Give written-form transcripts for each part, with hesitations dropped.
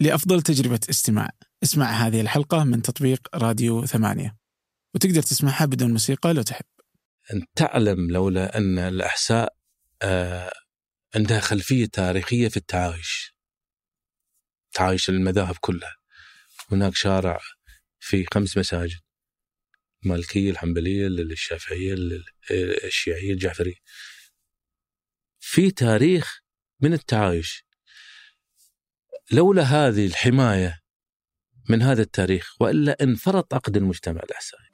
لأفضل تجربة استماع. اسمع هذه الحلقة من تطبيق راديو 8، وتقدر تسمعها بدون موسيقى لو تحب. أن تعلم لولا أن الأحساء عندها خلفية تاريخية في التعايش، تعايش المذاهب كلها. هناك شارع في 5 مساجد: المالكية، الحنبلية، الشافعية، الشيعية، الجعفرية. في تاريخ من التعايش. لولا هذه الحماية من هذا التاريخ وإلا انفرط عقد المجتمع الأحسائي.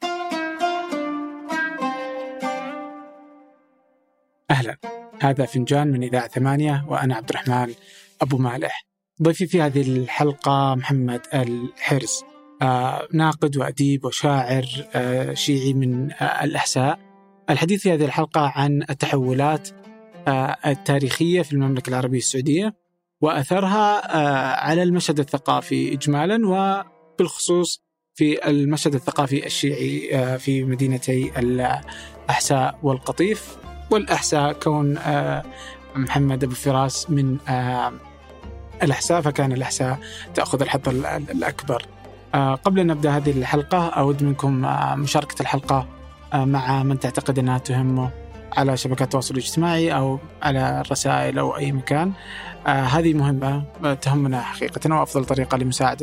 أهلا، هذا فنجان من إذاعة 8 وأنا عبد الرحمن أبو مالح. ضيفي في هذه الحلقة محمد الحرز، ناقد وأديب وشاعر شيعي من الأحساء. الحديث في هذه الحلقة عن التحولات التاريخية في المملكة العربية السعودية وأثرها على المشهد الثقافي إجمالا، وبالخصوص في المشهد الثقافي الشيعي في مدينتي الأحساء والقطيف. والأحساء كون محمد أبو فراس من الأحساء، فكان الأحساء تأخذ الحظ الأكبر. قبل أن نبدأ هذه الحلقة أود منكم مشاركة الحلقة مع من تعتقد أنها تهمه على شبكات التواصل الاجتماعي أو على الرسائل أو أي مكان. هذه مهمة تهمنا حقيقة، وأفضل طريقة لمساعدة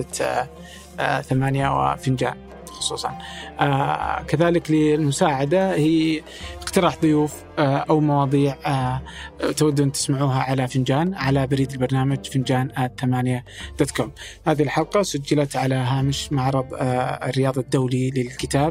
8 وفنجان خصوصا. كذلك للمساعدة هي اقتراح ضيوف أو مواضيع تودون تسمعوها على فنجان، على بريد البرنامج فنجان@8.com. هذه الحلقة سجلت على هامش معرض الرياض الدولي للكتاب.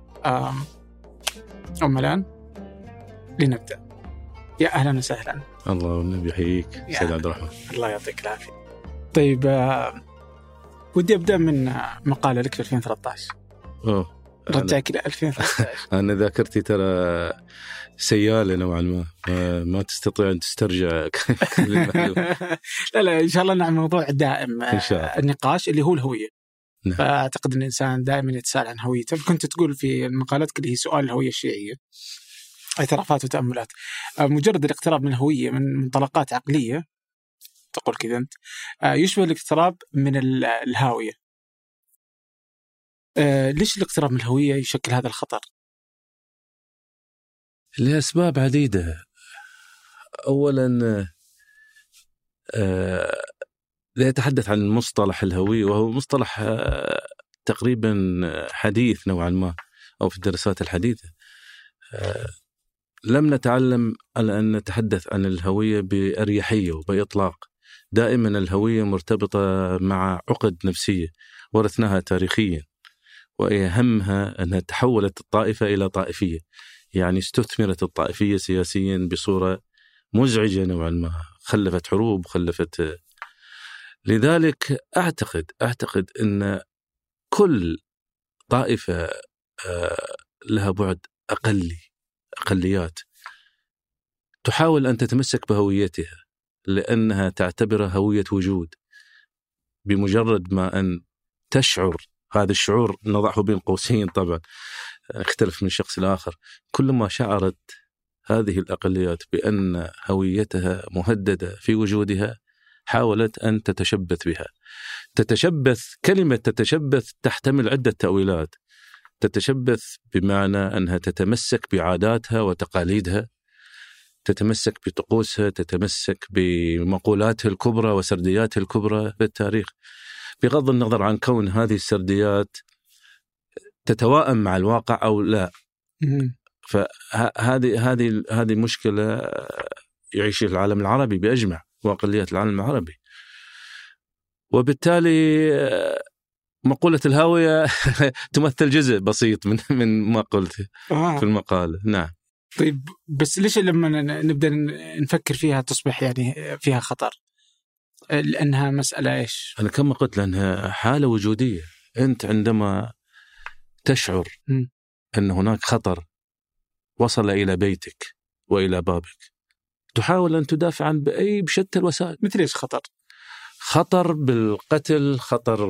أما الآن لنبدأ. يا أهلا وسهلا. الله والنبي يحييك سيد عبد الرحمن. الله يعطيك العافية. طيب، ودي أبدأ من مقالة لك في 2013. رجعك إلى 2013. أنا ذاكرتي ترى سيالة نوعا ما تستطيع أن تسترجع. لا إن شاء الله نعمل موضوع دائم النقاش اللي هو الهوية. نعم. فأعتقد أن الإنسان دائما يتساءل عن هويته. كنت تقول في مقالتك اللي هي سؤال الهوية الشيعية، اعترافات وتأملات. مجرد الاقتراب من الهوية من منطلقات عقلية، تقول كذا أنت، يشبه الاقتراب من الهاوية. ليش الاقتراب من الهوية يشكل هذا الخطر؟ لأسباب عديدة. أولا لا يتحدث عن مصطلح الهوية، وهو مصطلح تقريبا حديث نوعا ما، أو في الدراسات الحديثة لم نتعلم على أن نتحدث عن الهوية بأريحية وبإطلاق. دائما الهوية مرتبطة مع عقد نفسية ورثناها تاريخيا، وأهمها أنها تحولت الطائفة إلى طائفية، يعني استثمرت الطائفية سياسيا بصورة مزعجة نوعا ما، خلفت حروب، لذلك أعتقد أن كل طائفة لها بعد أقليات تحاول أن تتمسك بهويتها لأنها تعتبرها هوية وجود. بمجرد ما أن تشعر، هذا الشعور نضعه بين قوسين طبعا اختلف من شخص لآخر، كلما شعرت هذه الأقليات بأن هويتها مهددة في وجودها حاولت أن تتشبث بها. كلمة تتشبث تحتمل عدة تأويلات. تتشبث بمعنى أنها تتمسك بعاداتها وتقاليدها، تتمسك بطقوسها، تتمسك بمقولاتها الكبرى وسردياتها الكبرى في التاريخ، بغض النظر عن كون هذه السرديات تتوائم مع الواقع أو لا. فهذه مشكلة يعيش العالم العربي بأجمع، وأقليات العالم العربي. وبالتالي مقولة الهاوية تمثل جزء بسيط من ما قلته في المقالة. نعم. طيب، بس ليش لما نبدأ نفكر فيها تصبح يعني فيها خطر؟ لأنها مسألة إيش؟ أنا كما قلت، لأنها حالة وجودية. أنت عندما تشعر أن هناك خطر وصل إلى بيتك وإلى بابك، تحاول أن تدافع عنه بشتى الوسائل. مثل إيش خطر؟ خطر بالقتل، خطر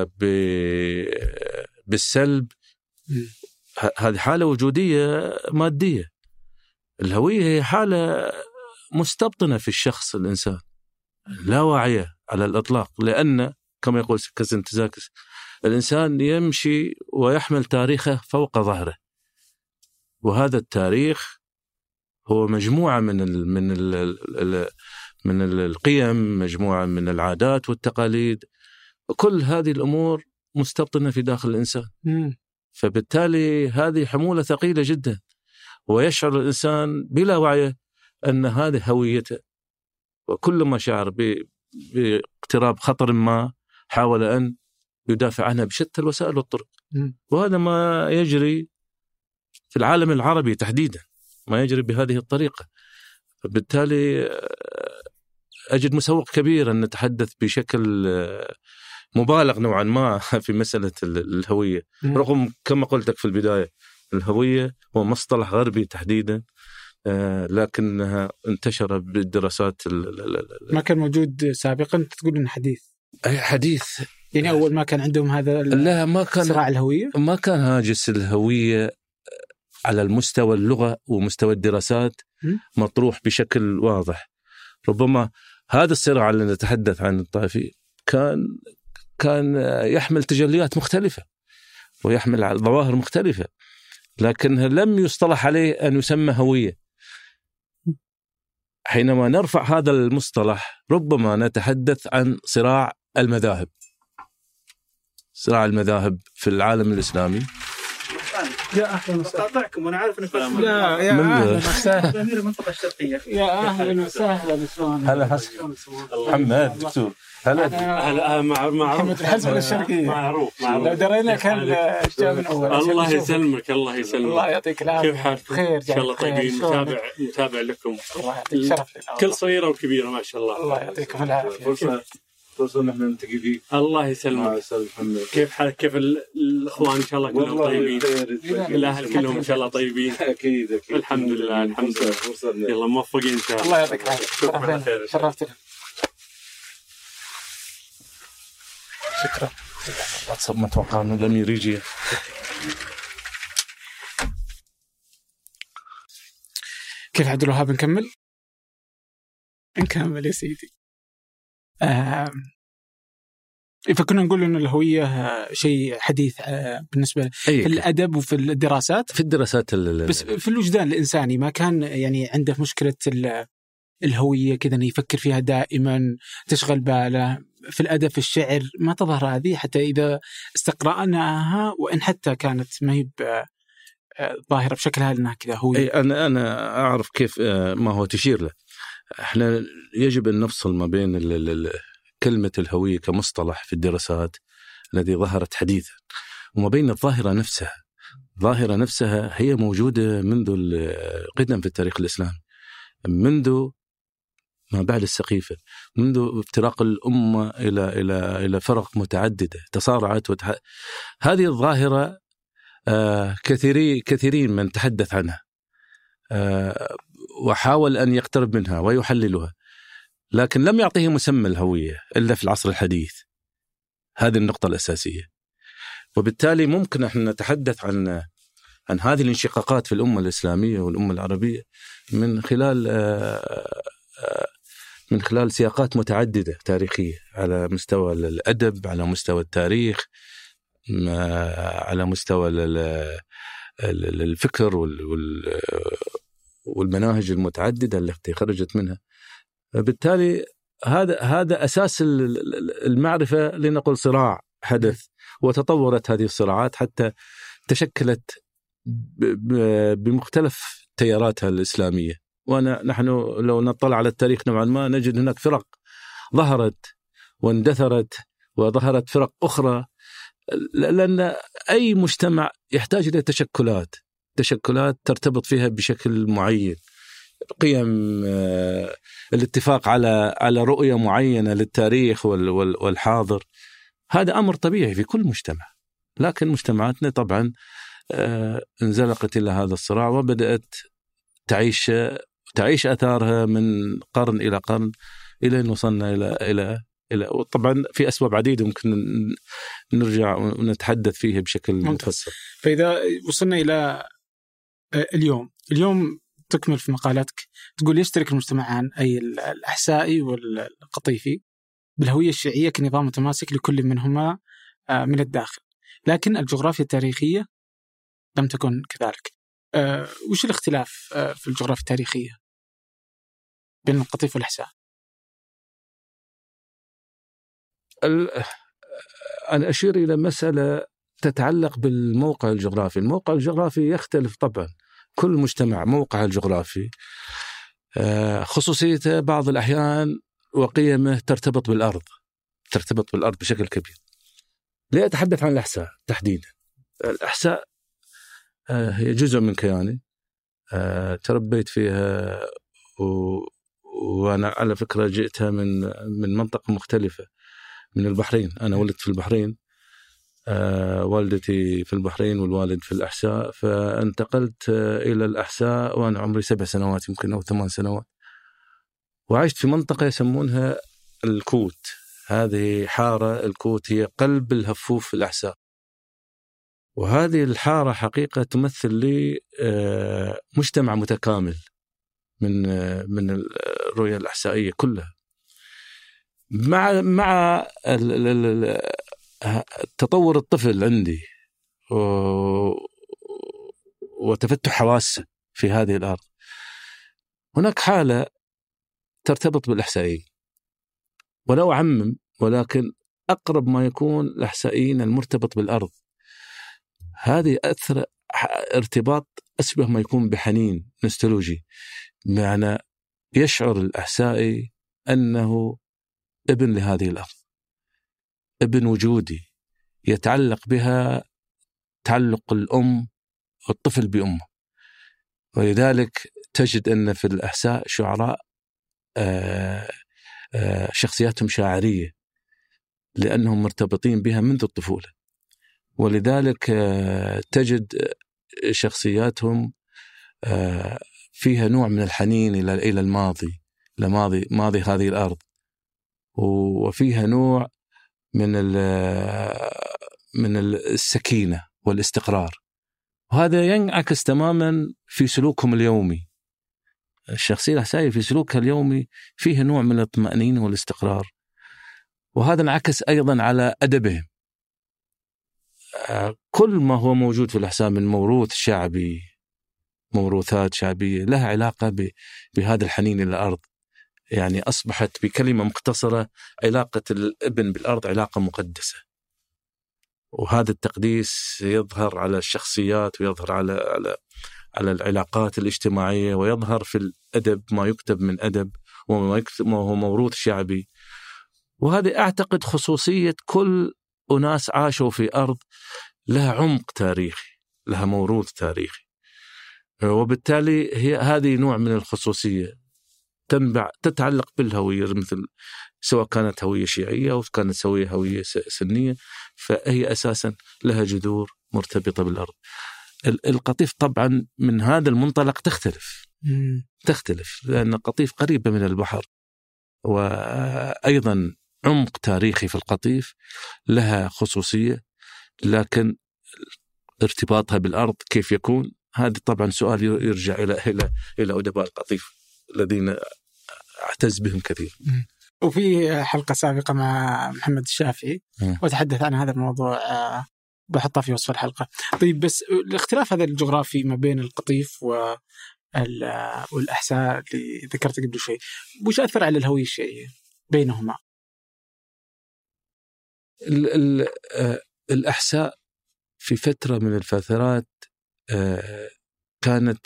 بالسلب. هذه حالة وجودية مادية. الهوية هي حالة مستبطنة في الشخص الإنسان، لا واعية على الإطلاق، لأن كما يقول كازنتزاكس، الإنسان يمشي ويحمل تاريخه فوق ظهره، وهذا التاريخ هو مجموعة من القيم، مجموعة من العادات والتقاليد، وكل هذه الأمور مستبطنة في داخل الإنسان. فبالتالي هذه حمولة ثقيلة جدا، ويشعر الإنسان بلا وعي أن هذه هويته، وكل ما شعر باقتراب خطر ما حاول أن يدافع عنها بشتى الوسائل والطرق. وهذا ما يجري في العالم العربي تحديدا، ما يجري بهذه الطريقة. فبالتالي أجد مسوق كبير أن نتحدث بشكل مبالغ نوعا ما في مسألة الهوية، رغم كما قلت لك في البداية الهوية هو مصطلح غربي تحديدا، لكنها انتشر بالدراسات ما كان موجود سابقا. تقول إنه حديث يعني أول ما كان عندهم هذا لا، ما كان صراع الهوية، ما كان هاجس الهوية على المستوى اللغة ومستوى الدراسات مطروح بشكل واضح. ربما هذا الصراع اللي نتحدث عن الطائفي كان يحمل تجليات مختلفة ويحمل ظواهر مختلفة، لكن لم يصطلح عليه أن يسمى هوية. حينما نرفع هذا المصطلح ربما نتحدث عن صراع المذاهب في العالم الإسلامي. يا أهلا وسهلا. أنا عارف إنك يا أهلا وسهلا. أمير المنطقة الشرقية. يا أهلا وسهلا. هلا حسن محمد دكتور. هلا معروف الحزب الشرقية معروف لو درينا كان جاء من أول. الله يسلمك. الله يعطيك العافية. كيف حالكم؟ خير إن شاء الله طيبين. متابع لكم. الله يعطيك شرف لنا. كل صغيرة وكبيرة ما شاء الله. الله يعطيكم العافية. فرصة نحن نلتقي فيك. الله يسلمك. كيف حالك؟ كيف الإخوان؟ إن شاء الله كلهم طيبين. الأهل كلهم إن شاء الله طيبين. أكيد. الحمد لله. يلا موفقين إن شاء الله. الله يعطيك العافية. شرفتنا. شكرا. ما توقع انه الامير يجي. كيف عبد الوهاب؟ نكمل يا سيدي. فكنا نقول إن الهوية شيء حديث بالنسبة في الأدب وفي الدراسات. في الدراسات بس في الوجدان الإنساني ما كان يعني عنده مشكلة الهوية كذا إنه يفكر فيها دائما تشغل باله. في الأدب في الشعر ما تظهر هذه حتى إذا استقرأناها، وإن حتى كانت ما هي ظاهرة بشكلها لأنها كذا هوية. أنا أعرف كيف ما هو تشير له. إحنا يجب أن نفصل ما بين كلمة الهوية كمصطلح في الدراسات الذي ظهرت حديثا، وما بين الظاهرة نفسها. الظاهرة نفسها هي موجودة منذ القدم في التاريخ الإسلامي، منذ ما بعد السقيفة، منذ افتراق الأمة إلى فرق متعددة تصارعت هذه الظاهرة كثيرين من تحدث عنها وحاول أن يقترب منها ويحللها، لكن لم يعطيه مسمى الهوية إلا في العصر الحديث. هذه النقطة الأساسية. وبالتالي ممكن أن نتحدث عن هذه الانشقاقات في الأمة الإسلامية والأمة العربية من خلال سياقات متعددة تاريخية، على مستوى الأدب، على مستوى التاريخ، على مستوى الفكر والمناهج المتعددة التي خرجت منها. بالتالي هذا أساس المعرفة. لنقول صراع حدث وتطورت هذه الصراعات حتى تشكلت بمختلف تياراتها الإسلامية. ونحن لو نطلع على التاريخ نوعا ما نجد هناك فرق ظهرت واندثرت، وظهرت فرق أخرى، لأن أي مجتمع يحتاج إلى تشكلات ترتبط فيها بشكل معين، قيم، الاتفاق على رؤية معينة للتاريخ والحاضر. هذا أمر طبيعي في كل مجتمع، لكن مجتمعاتنا طبعا انزلقت إلى هذا الصراع وبدأت تعيش أثارها من قرن إلى قرن إلى أن وصلنا إلى وطبعا في أسباب عديدة ممكن نرجع ونتحدث فيها بشكل مفصل. فإذا وصلنا إلى اليوم تكمل في مقالتك تقول يشترك المجتمعان أي الأحسائي والقطيفي بالهوية الشيعية كنظام متماسك لكل منهما من الداخل، لكن الجغرافيا التاريخية لم تكن كذلك. وش الاختلاف في الجغرافيا التاريخية بين القطيف والأحساء؟ أنا أشير إلى مسألة تتعلق بالموقع الجغرافي. الموقع الجغرافي يختلف طبعا، كل مجتمع موقع الجغرافي خصوصيته بعض الأحيان وقيمه ترتبط بالأرض بشكل كبير. لأتحدث عن الأحساء تحديدا. الأحساء هي جزء من كياني، تربيت فيها وأنا على فكرة جئتها من منطقة مختلفة، من البحرين. أنا ولدت في البحرين، والدتي في البحرين والوالد في الأحساء، فانتقلت إلى الأحساء وأنا عمري 7 سنوات يمكن أو 8 سنوات، وعشت في منطقة يسمونها الكوت. هذه حارة الكوت هي قلب الهفوف في الأحساء، وهذه الحارة حقيقة تمثل لي مجتمع متكامل من الرؤية الأحسائية كلها، مع تطور الطفل عندي وتفتح حواسه في هذه الأرض. هناك حالة ترتبط بالأحسائيين، ولو أعمم، ولكن أقرب ما يكون الأحسائيين المرتبط بالأرض. هذه أثر ارتباط أشبه ما يكون بحنين نوستالجي، بمعنى يشعر الأحسائي أنه ابن لهذه الأرض، ابن وجودي، يتعلق بها تعلق الأم والطفل بأمه. ولذلك تجد أن في الأحساء شعراء شخصياتهم شاعرية لأنهم مرتبطين بها منذ الطفولة، ولذلك تجد شخصياتهم فيها نوع من الحنين إلى الماضي، ماضي هذه الأرض، وفيها نوع من السكينة والاستقرار. وهذا ينعكس تماما في سلوكهم اليومي. الشخصية الأحسائية في سلوكها اليومي فيه نوع من الطمأنينة والاستقرار، وهذا انعكس أيضا على أدبهم. كل ما هو موجود في الأحساء من موروث شعبي، موروثات شعبية لها علاقة بهذا الحنين إلى الأرض. يعني أصبحت بكلمة مختصرة علاقة الابن بالأرض علاقة مقدسة، وهذا التقديس يظهر على الشخصيات، ويظهر على العلاقات الاجتماعية، ويظهر في الأدب، ما يكتب من أدب وما هو موروث شعبي. وهذا أعتقد خصوصية كل أناس عاشوا في أرض لها عمق تاريخي، لها موروث تاريخي، وبالتالي هذه نوع من الخصوصية تتعلق بالهوية، مثل سواء كانت هوية شيعية أو كانت هوية سنية، فهي أساسا لها جذور مرتبطة بالأرض. القطيف طبعا من هذا المنطلق تختلف لأن القطيف قريبة من البحر، وأيضا عمق تاريخي في القطيف، لها خصوصية، لكن ارتباطها بالأرض كيف يكون؟ هذا طبعا سؤال يرجع إلى أدباء القطيف الذين أعتز بهم كثير. وفي حلقة سابقة مع محمد الشافعي وتحدث عن هذا الموضوع، بحطها في وصف الحلقة. طيب، بس الاختلاف هذا الجغرافي ما بين القطيف والأحساء اللي ذكرت قبل شوي، وش أثر على الهوية الشيعية بينهما؟ الأحساء في فترة من الفترات كانت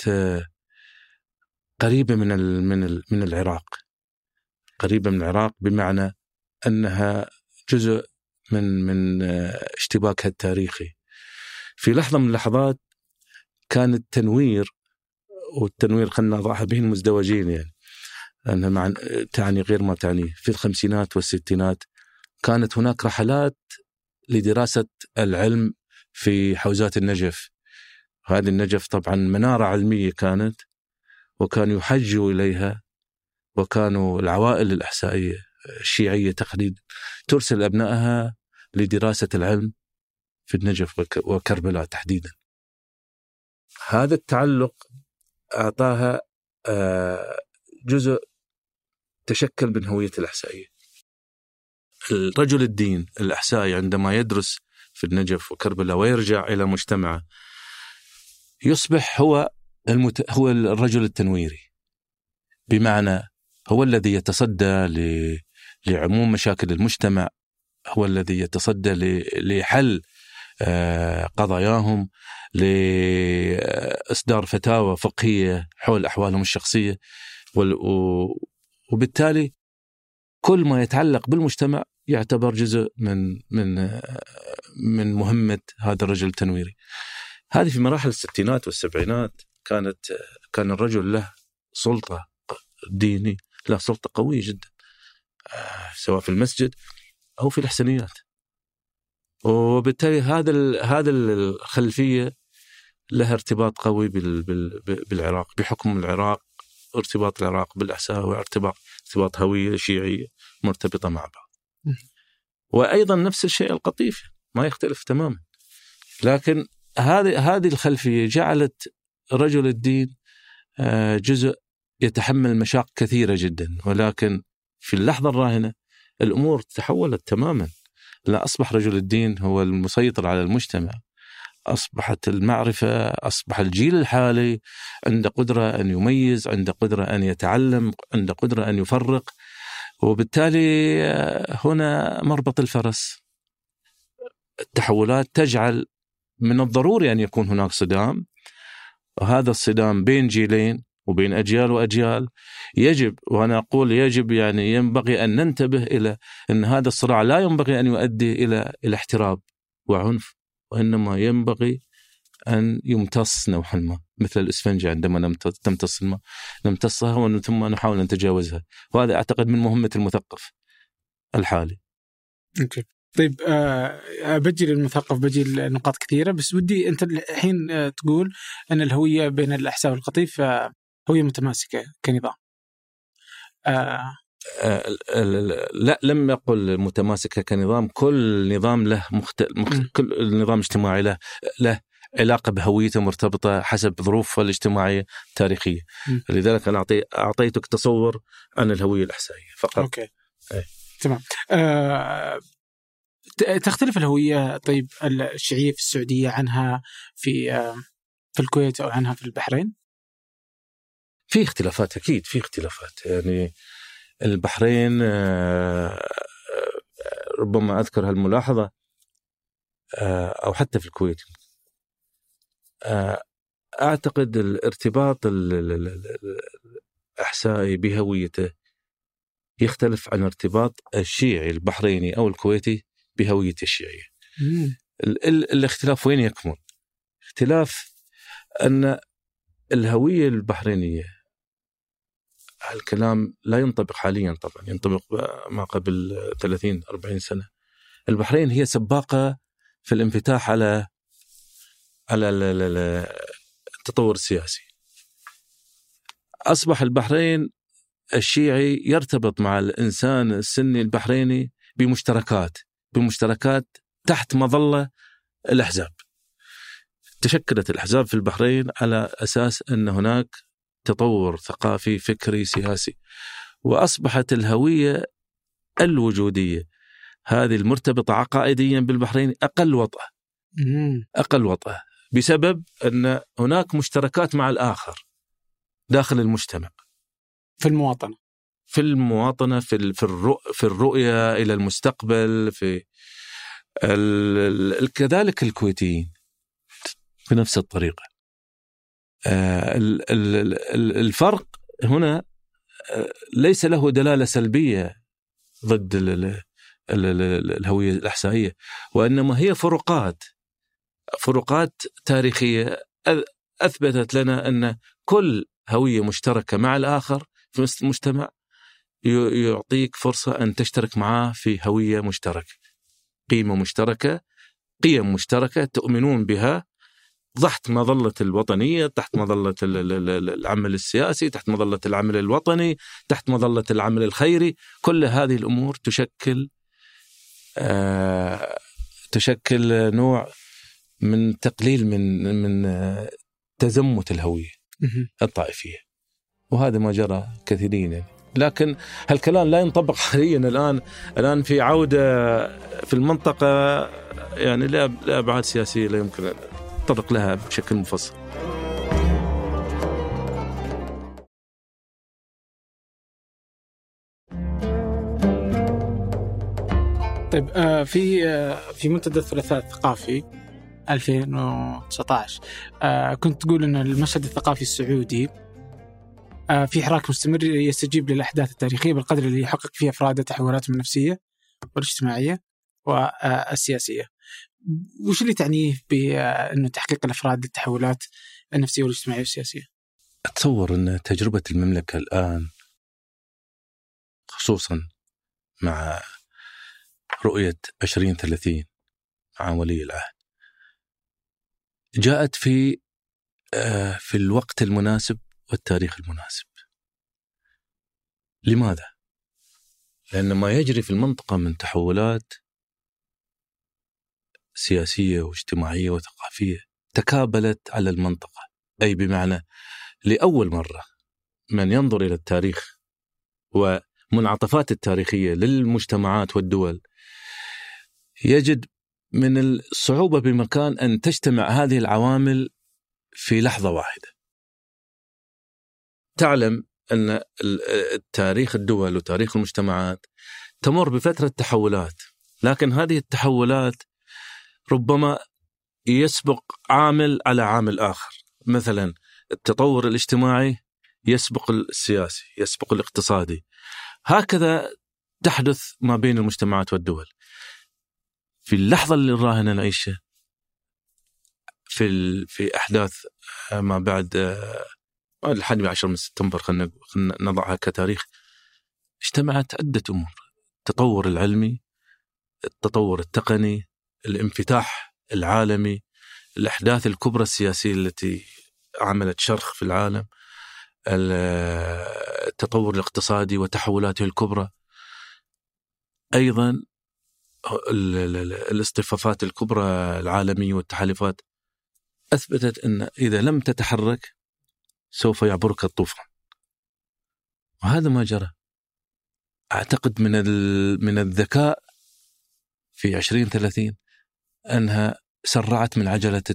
قريبة من العراق، قريبة من العراق، بمعنى أنها جزء من اشتباكها التاريخي. في لحظة من اللحظات كان التنوير، والتنوير خلنا نضعها به المزدوجين، يعني أنها تعني غير ما تعنيه. في الخمسينات والستينات كانت هناك رحلات لدراسة العلم في حوزات النجف. هذه النجف طبعا منارة علمية كانت، وكانوا يحجوا إليها، وكانوا العوائل الأحسائية الشيعية تقريبا ترسل أبنائها لدراسة العلم في النجف وكربلاء تحديدا. هذا التعلق أعطاها جزء تشكل من هوية الأحسائية. الرجل الدين الأحسائي عندما يدرس في النجف وكربلاء ويرجع إلى مجتمعه يصبح هو الرجل التنويري، بمعنى هو الذي يتصدى لعموم مشاكل المجتمع، هو الذي يتصدى لحل قضاياهم، لإصدار فتاوى فقهية حول أحوالهم الشخصية، وبالتالي كل ما يتعلق بالمجتمع يعتبر جزء من مهمة هذا الرجل التنويري. هذه في مراحل الستينات والسبعينات كان الرجل له سلطة ديني، له سلطة قوية جدا، سواء في المسجد أو في الحسنيات. وبالتالي هذا الخلفية لها ارتباط قوي بالعراق، بحكم العراق، ارتباط العراق بالأحساء ارتباط هوية شيعية مرتبطة مع بعض. وأيضا نفس الشيء القطيف ما يختلف تماما. لكن هذه الخلفية جعلت رجل الدين جزء يتحمل مشاق كثيرة جدا، ولكن في اللحظة الراهنة الأمور تحولت تماما. لا، أصبح رجل الدين هو المسيطر على المجتمع، أصبحت المعرفة، أصبح الجيل الحالي عنده قدرة أن يميز، عنده قدرة أن يتعلم، عنده قدرة أن يفرق. وبالتالي هنا مربط الفرس. التحولات تجعل من الضروري أن يكون هناك صدام، وهذا الصدام بين جيلين وبين أجيال وأجيال يجب، وأنا أقول يجب يعني ينبغي أن ننتبه إلى أن هذا الصراع لا ينبغي أن يؤدي إلى احتراب وعنف، وإنما ينبغي أن يمتص نوحا ما، مثل الإسفنجة عندما تمتص الماء نمتصها ومن ثم نحاول أن نتجاوزها. وهذا أعتقد من مهمة المثقف الحالي. أوكي. طيب بجي للمثقف، بجي لنقاط كثيرة، بس ودي أنت الحين تقول أن الهوية بين الأحساء والقطيف هوية متماسكة كنظام. لا، لم يقل متماسكة كنظام. كل نظام له كل نظام اجتماعي له علاقة بهويته مرتبطة حسب ظروفه الاجتماعية التاريخية. لذلك أنا أعطيتك تصور عن الهوية الأحسائية فقط. أوكي. تمام. تختلف الهوية طيب الشيعية في السعودية عنها في الكويت أو عنها في البحرين؟ في اختلافات، أكيد في اختلافات. يعني البحرين ربما أذكر هالملاحظة، أو حتى في الكويت أعتقد الارتباط الأحسائي بهويته يختلف عن ارتباط الشيعي البحريني أو الكويتي بهوية الشيعية. الاختلاف وين يكمن؟ اختلاف أن الهوية البحرينية، الكلام لا ينطبق حاليا طبعا، ينطبق ما قبل 30-40 سنة. البحرين هي سباقة في الانفتاح على التطور السياسي. أصبح البحرين الشيعي يرتبط مع الإنسان السني البحريني بمشتركات تحت مظلة الأحزاب. تشكلت الأحزاب في البحرين على أساس أن هناك تطور ثقافي فكري سياسي، وأصبحت الهوية الوجودية هذه المرتبطة عقائديا بالبحرين أقل وطأة بسبب أن هناك مشتركات مع الآخر داخل المجتمع، في المواطنة في الرؤية إلى المستقبل، كذلك الكويتيين بنفس الطريقة. الفرق هنا ليس له دلالة سلبية ضد الهوية الأحسائية، وإنما هي فروقات تاريخية أثبتت لنا أن كل هوية مشتركة مع الآخر في المجتمع يعطيك فرصة أن تشترك معاه في هوية مشتركة، قيم مشتركة تؤمنون بها تحت مظلة الوطنية، تحت مظلة العمل السياسي، تحت مظلة العمل الوطني، تحت مظلة العمل الخيري. كل هذه الأمور تشكل نوع من تقليل من تزمت الهوية الطائفية، وهذا ما جرى كثيرين. لكن هالكلام لا ينطبق حاليا الآن في عودة في المنطقة يعني لأبعاد سياسية لا يمكن أن نتطرق لها بشكل مفصل. طيب في منتدى الثلاثاء الثقافي 2019 كنت تقول أن المشهد الثقافي السعودي في حراك مستمر يستجيب للأحداث التاريخية بالقدر اللي يحقق فيه أفراد تحولاتهم النفسية والاجتماعية والسياسية. وش اللي تعنيه بأنه تحقيق الأفراد للتحولات النفسية والاجتماعية والسياسية؟ أتصور أن تجربة المملكة الآن خصوصا مع رؤية 2030 مع ولي العهد جاءت في الوقت المناسب والتاريخ المناسب. لماذا؟ لأن ما يجري في المنطقة من تحولات سياسية واجتماعية وثقافية تكابلت على المنطقة، أي بمعنى لأول مرة من ينظر إلى التاريخ ومنعطفات التاريخية للمجتمعات والدول يجد من الصعوبة بمكان أن تجتمع هذه العوامل في لحظة واحدة. تعلم أن تاريخ الدول وتاريخ المجتمعات تمر بفترة تحولات، لكن هذه التحولات ربما يسبق عامل على عامل آخر. مثلا التطور الاجتماعي يسبق السياسي، يسبق الاقتصادي، هكذا تحدث ما بين المجتمعات والدول. في اللحظة اللي راهنا نعيشها في أحداث ما بعد 11 من سبتمبر، خلنا نضعها كتاريخ، اجتمعت عدة أمور: التطور العلمي، التطور التقني، الانفتاح العالمي، الأحداث الكبرى السياسية التي عملت شرخ في العالم، التطور الاقتصادي وتحولاته الكبرى، أيضا الاصطفافات الكبرى العالمية والتحالفات أثبتت أن إذا لم تتحرك سوف يعبرك الطوفان. وهذا ما جرى. أعتقد من الذكاء في 2030 أنها سرعت من عجلة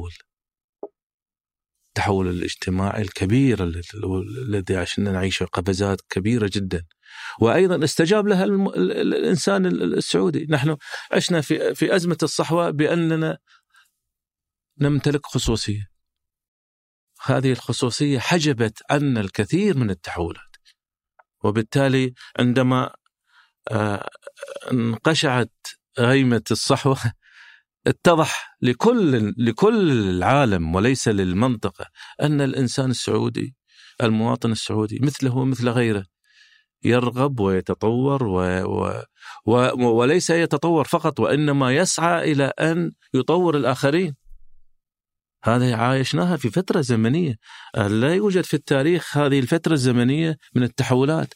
التحول الاجتماعي الكبير الذي عشنا نعيشه، قفزات كبيرة جدا، وأيضا استجاب لها الإنسان السعودي. نحن عشنا في أزمة الصحوة بأننا نمتلك خصوصية، هذه الخصوصية حجبت عنا الكثير من التحولات، وبالتالي عندما انقشعت غيمة الصحوة اتضح لكل العالم وليس للمنطقة أن الإنسان السعودي، المواطن السعودي مثله مثل غيره، يرغب ويتطور وليس يتطور فقط، وإنما يسعى إلى أن يطور الآخرين. هذا عايشناها في فترة زمنية لا يوجد في التاريخ هذه الفترة الزمنية من التحولات،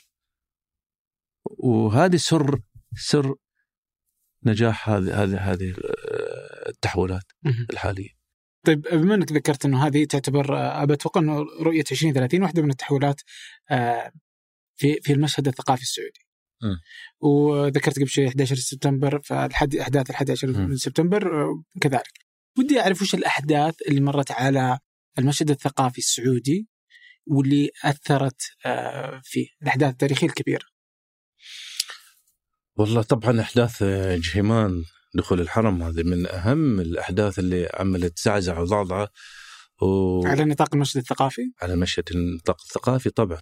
وهذه سر نجاح هذه التحولات الحالية. طيب بما أنك ذكرت أنه هذه تعتبر أتوقع أنه رؤية 2030 واحدة من التحولات في المشهد الثقافي السعودي. وذكرت قبل شوي 11 سبتمبر، فأحداث 11 سبتمبر كذلك. ودي أعرف وش الأحداث اللي مرت على المشهد الثقافي السعودي واللي أثرت فيه، الأحداث التاريخية الكبيرة. والله طبعا أحداث جهيمان دخول الحرم هذه من أهم الأحداث اللي عملت زعزعة وضعضعة على نطاق المشهد الثقافي، على مشهد النطاق الثقافي طبعا.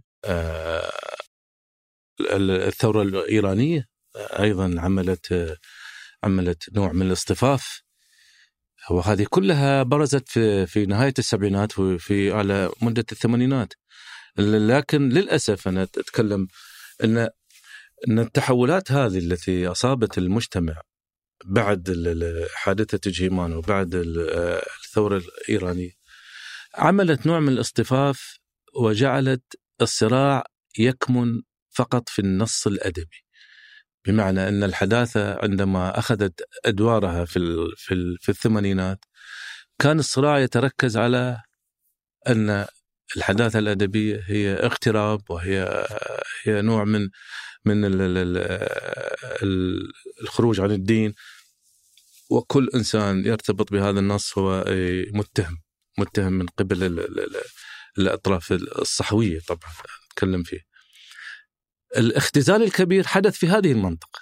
الثورة الإيرانية أيضا عملت نوع من الاصطفاف، وهذه كلها برزت في نهاية السبعينات وفي على مدة الثمانينات. لكن للأسف أنا أتكلم أن التحولات هذه التي أصابت المجتمع بعد حادثة جهيمان وبعد الثورة الإيرانية عملت نوع من الاصطفاف، وجعلت الصراع يكمن فقط في النص الأدبي، بمعنى أن الحداثة عندما أخذت أدوارها في الثمانينات كان الصراع يتركز على أن الحداثة الأدبية هي اغتراب، وهي نوع من الخروج عن الدين، وكل إنسان يرتبط بهذا النص هو متهم من قبل الأطراف الصحوية. طبعا نتكلم فيه. الاختزال الكبير حدث في هذه المنطقة،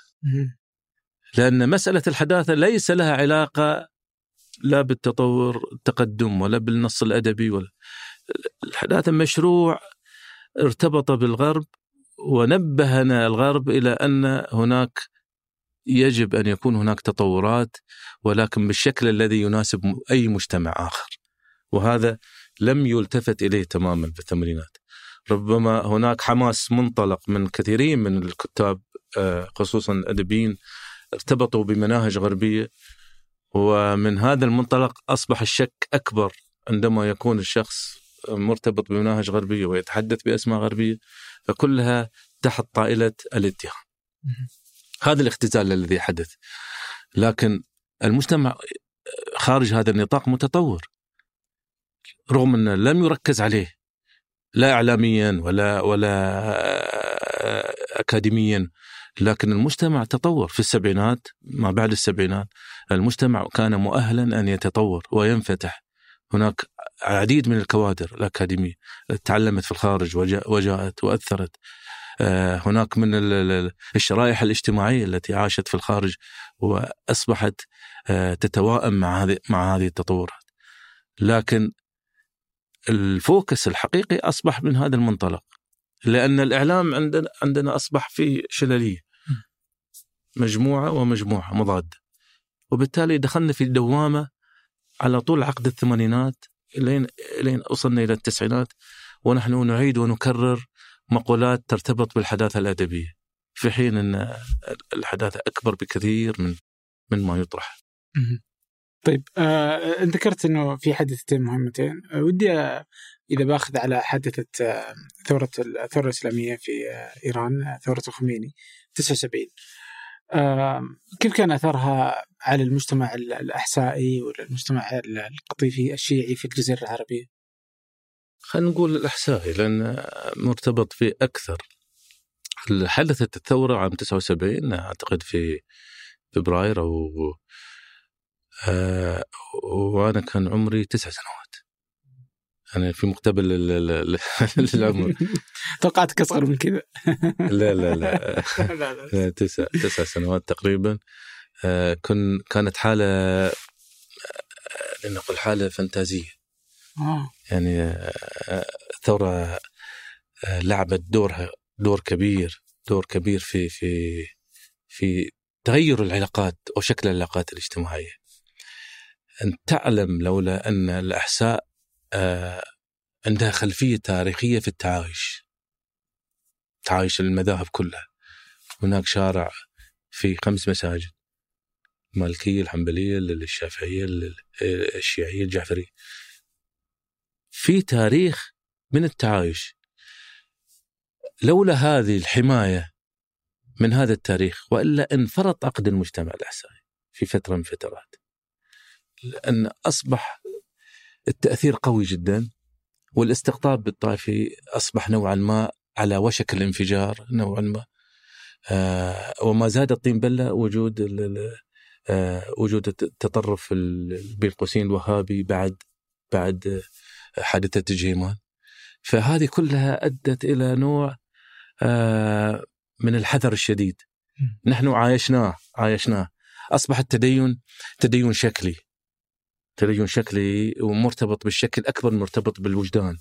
لأن مسألة الحداثة ليس لها علاقة لا بالتطور التقدم ولا بالنص الأدبي، ولا الحداثة مشروع ارتبط بالغرب، ونبهنا الغرب إلى أن هناك يجب أن يكون هناك تطورات، ولكن بالشكل الذي يناسب أي مجتمع آخر، وهذا لم يلتفت إليه تماما في الثمانينات. ربما هناك حماس منطلق من كثيرين من الكتاب خصوصا أدبيين ارتبطوا بمناهج غربية، ومن هذا المنطلق أصبح الشك أكبر عندما يكون الشخص مرتبط بمناهج غربية ويتحدث بأسماء غربية، فكلها تحت طائلة الاتهام. هذا الاختزال الذي حدث، لكن المجتمع خارج هذا النطاق متطور، رغم أنه لم يركز عليه لا إعلاميا ولا أكاديميا، لكن المجتمع تطور في السبعينات. ما بعد السبعينات المجتمع كان مؤهلا أن يتطور وينفتح. هناك عديد من الكوادر الأكاديمية تعلمت في الخارج وجاءت وأثرت. هناك من الشرائح الاجتماعية التي عاشت في الخارج وأصبحت تتوائم مع هذه التطورات، لكن الفوكس الحقيقي أصبح من هذا المنطلق، لأن الإعلام عندنا أصبح فيه شللية، مجموعة ومجموعة مضادة، وبالتالي دخلنا في دوامة على طول عقد الثمانينات لين وصلنا إلى التسعينات، ونحن نعيد ونكرر مقولات ترتبط بالحداثة الأدبية، في حين أن الحداثة أكبر بكثير من ما يطرح. طيب ذكرت أنه في حادثتين مهمتين، ودي إذا باخذ على حادثة الثورة الإسلامية في إيران، ثورة الخميني 79، كيف كان أثرها على المجتمع الأحسائي والمجتمع القطيفي الشيعي في الجزيرة العربية؟ خلينا نقول الأحسائي، لأن مرتبط في أكثر. حدثت الثورة عام 79 أعتقد في فبراير وأنا كان عمري 9 سنوات، أنا في مقتبل العمر. توقعتك أصغر من كذا. لا 9 سنوات تقريبا. كانت حالة، لنقل حالة فانتازية. يعني الثورة لعبت دور كبير في تغير العلاقات وشكل العلاقات الاجتماعية. أن تعلم لولا أن الأحساء عندها خلفية تاريخية في تعايش المذاهب كلها. هناك شارع في 5 مساجد، المالكية، الحنبلية، الشافعية، الشيعية، الجعفرية، في تاريخ من التعايش. لولا هذه الحماية من هذا التاريخ، وإلا انفرط عقد المجتمع الأحسائي في فترة من فترات، لأن أصبح التأثير قوي جدا، والاستقطاب بالطائفي أصبح نوعا ما على وشك الانفجار نوعا ما. وما زاد الطين بلة وجود التطرف بين قوسين الوهابي بعد حادثة الجيمان. فهذه كلها أدت إلى نوع من الحذر الشديد. نحن عايشناه. أصبح تدين شكلي ومرتبط بالشكل أكبر، مرتبط بالوجدان.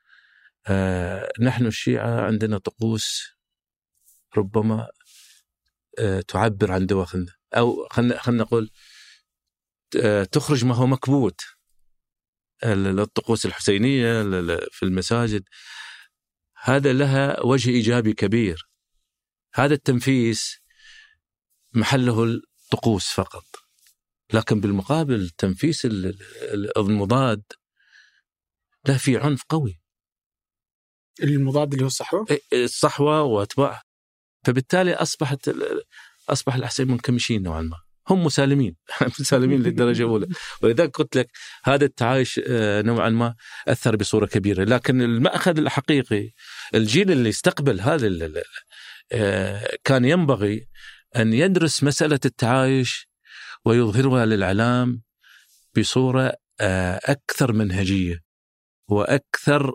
نحن الشيعة عندنا طقوس ربما تعبر عن دواخلنا، أو خلنا نقول تخرج ما هو مكبوت. الطقوس الحسينية في المساجد هذا لها وجه إيجابي كبير. هذا التنفيس محله الطقوس فقط، لكن بالمقابل تنفيس المضاد له في عنف قوي. المضاد اللي هو الصحوة وأتباعها. فبالتالي أصبح الأحسين منكمشين نوعا ما. هم مسالمين مسالمين للدرجة الأولى. ولذلك قلت لك هذا التعايش نوعا ما أثر بصورة كبيرة. لكن المأخذ الحقيقي الجيل اللي استقبل هذا كان ينبغي أن يدرس مسألة التعايش ويظهرها للإعلام بصورة أكثر منهجية وأكثر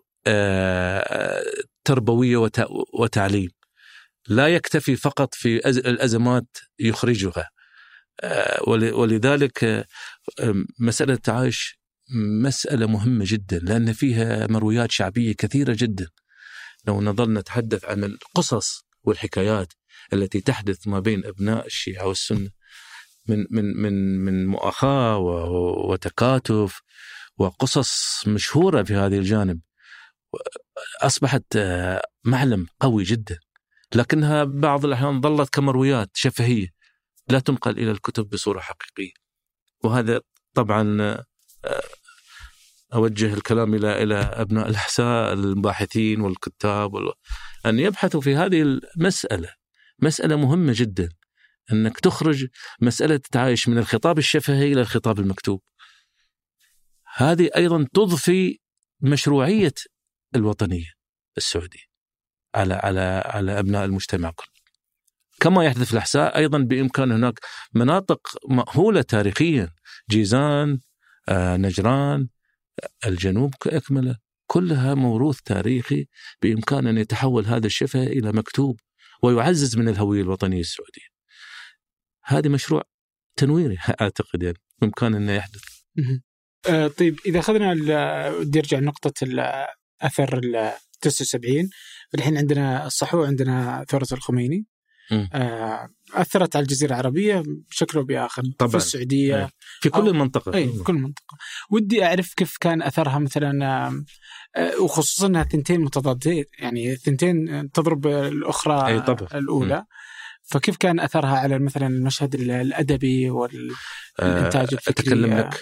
تربوية وتعليم. لا يكتفي فقط في الأزمات يخرجها. ولذلك مسألة التعايش مسألة مهمة جدا، لأن فيها مرويات شعبية كثيرة جدا. لو نظلنا نتحدث عن القصص والحكايات التي تحدث ما بين أبناء الشيعة والسنة من مؤاخاة وتكاتف وقصص مشهورة في هذه الجانب، أصبحت معلم قوي جدا، لكنها بعض الأحيان ظلت كمرويات شفهية لا تنقل إلى الكتب بصورة حقيقية. وهذا طبعا أوجه الكلام إلى أبناء الأحساء الباحثين والكتاب أن يبحثوا في هذه المسألة. مسألة مهمة جدا أنك تخرج مسألة التعايش من الخطاب الشفهي إلى الخطاب المكتوب. هذه أيضا تضفي مشروعية الوطنية السعودية على أبناء المجتمع كله. كما يحدث في الأحساء أيضا بإمكان هناك مناطق مأهولة تاريخيا، جيزان، نجران، الجنوب كأكمله، كلها موروث تاريخي بإمكان أن يتحول هذا الشفه إلى مكتوب ويعزز من الهوية الوطنية السعودية. هذا مشروع تنويري أعتقد يعني بإمكان أنه يحدث. طيب إذا أخذنا بدي أرجع لنقطة الأثر 79. الحين عندنا الصحوة، عندنا ثورة الخميني أثرت على الجزيرة العربية بشكل أو بآخر، في السعودية في كل المنطقة. في كل منطقة. ودي أعرف كيف كان أثرها مثلا، وخصوصا أنها ثنتين متضادين، يعني ثنتين تضرب الأخرى الأولى. فكيف كان أثرها على مثلا المشهد الأدبي والإنتاج الفكري؟ أتكلم لك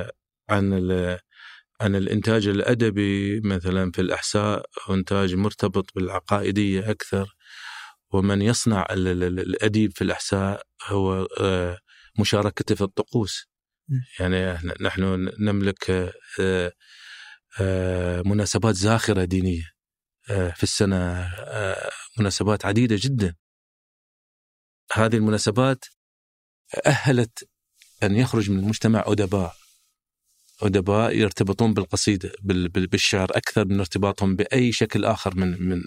عن الإنتاج الأدبي مثلا في الأحساء، إنتاج مرتبط بالعقائدية أكثر. ومن يصنع الأديب في الأحساء هو مشاركته في الطقوس. يعني نحن نملك مناسبات زاخرة دينية في السنة، مناسبات عديدة جدا. هذه المناسبات أهلت أن يخرج من المجتمع أدباء يرتبطون بالقصيدة بالشعر أكثر من ارتباطهم بأي شكل آخر من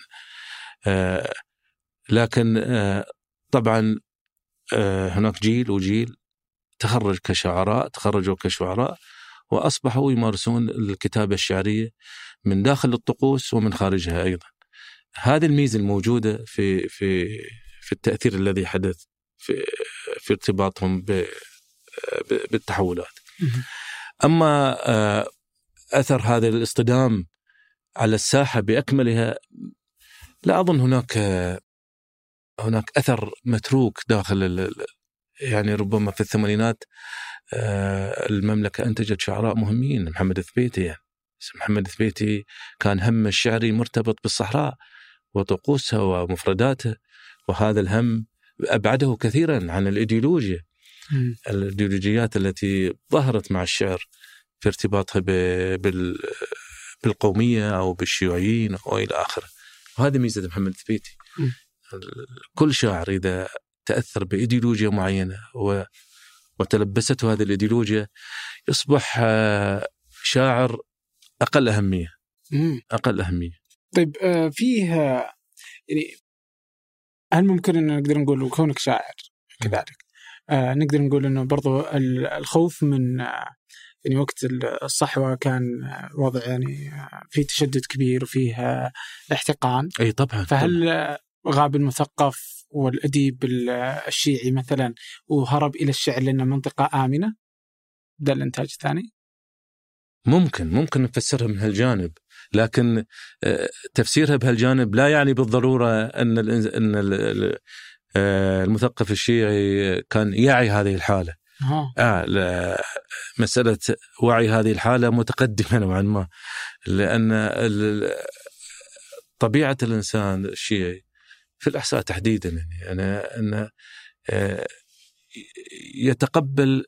لكن طبعا هناك جيل وجيل تخرجوا كشعراء وأصبحوا يمارسون الكتابة الشعرية من داخل الطقوس ومن خارجها أيضا. هذه الميزة الموجودة في التأثير الذي حدث في ارتباطهم بالتحولات. أما أثر هذا الاصطدام على الساحة بأكملها، لا أظن هناك أثر متروك داخل يعني ربما في الثمانينات المملكة أنتجت شعراء مهمين. محمد الثبيتي، يعني محمد الثبيتي كان هم الشعري مرتبط بالصحراء وطقوسها ومفرداتها، وهذا الهم أبعده كثيرا عن الإيديولوجيات التي ظهرت مع الشعر في ارتباطها بالقومية أو بالشيوعيين أو إلى آخره. وهذا ميزة محمد الثبيتي. كل شاعر إذا تأثر بإيديولوجيا معينة وتلبسته هذه الإيديولوجيا يصبح شاعر أقل أهمية. طيب فيه يعني هل ممكن أن نقدر نقول كونك شاعر كذلك نقدر نقول أنه برضو الخوف من يعني وقت الصحوة كان وضع يعني فيه تشدد كبير وفيه احتقان؟ أي طبعا. فهل غاب المثقف والأديب الشيعي مثلا وهرب إلى الشعر لأنه منطقة آمنة؟ ده الإنتاج الثاني؟ ممكن نفسرها من هالجانب، لكن تفسيرها بهالجانب لا يعني بالضرورة أن المثقف الشيعي كان يعي هذه الحالة. مسألة وعي هذه الحالة متقدمة نوعا ما، لأن طبيعة الإنسان الشيعي في الأحساء تحديدا يعني أن يتقبل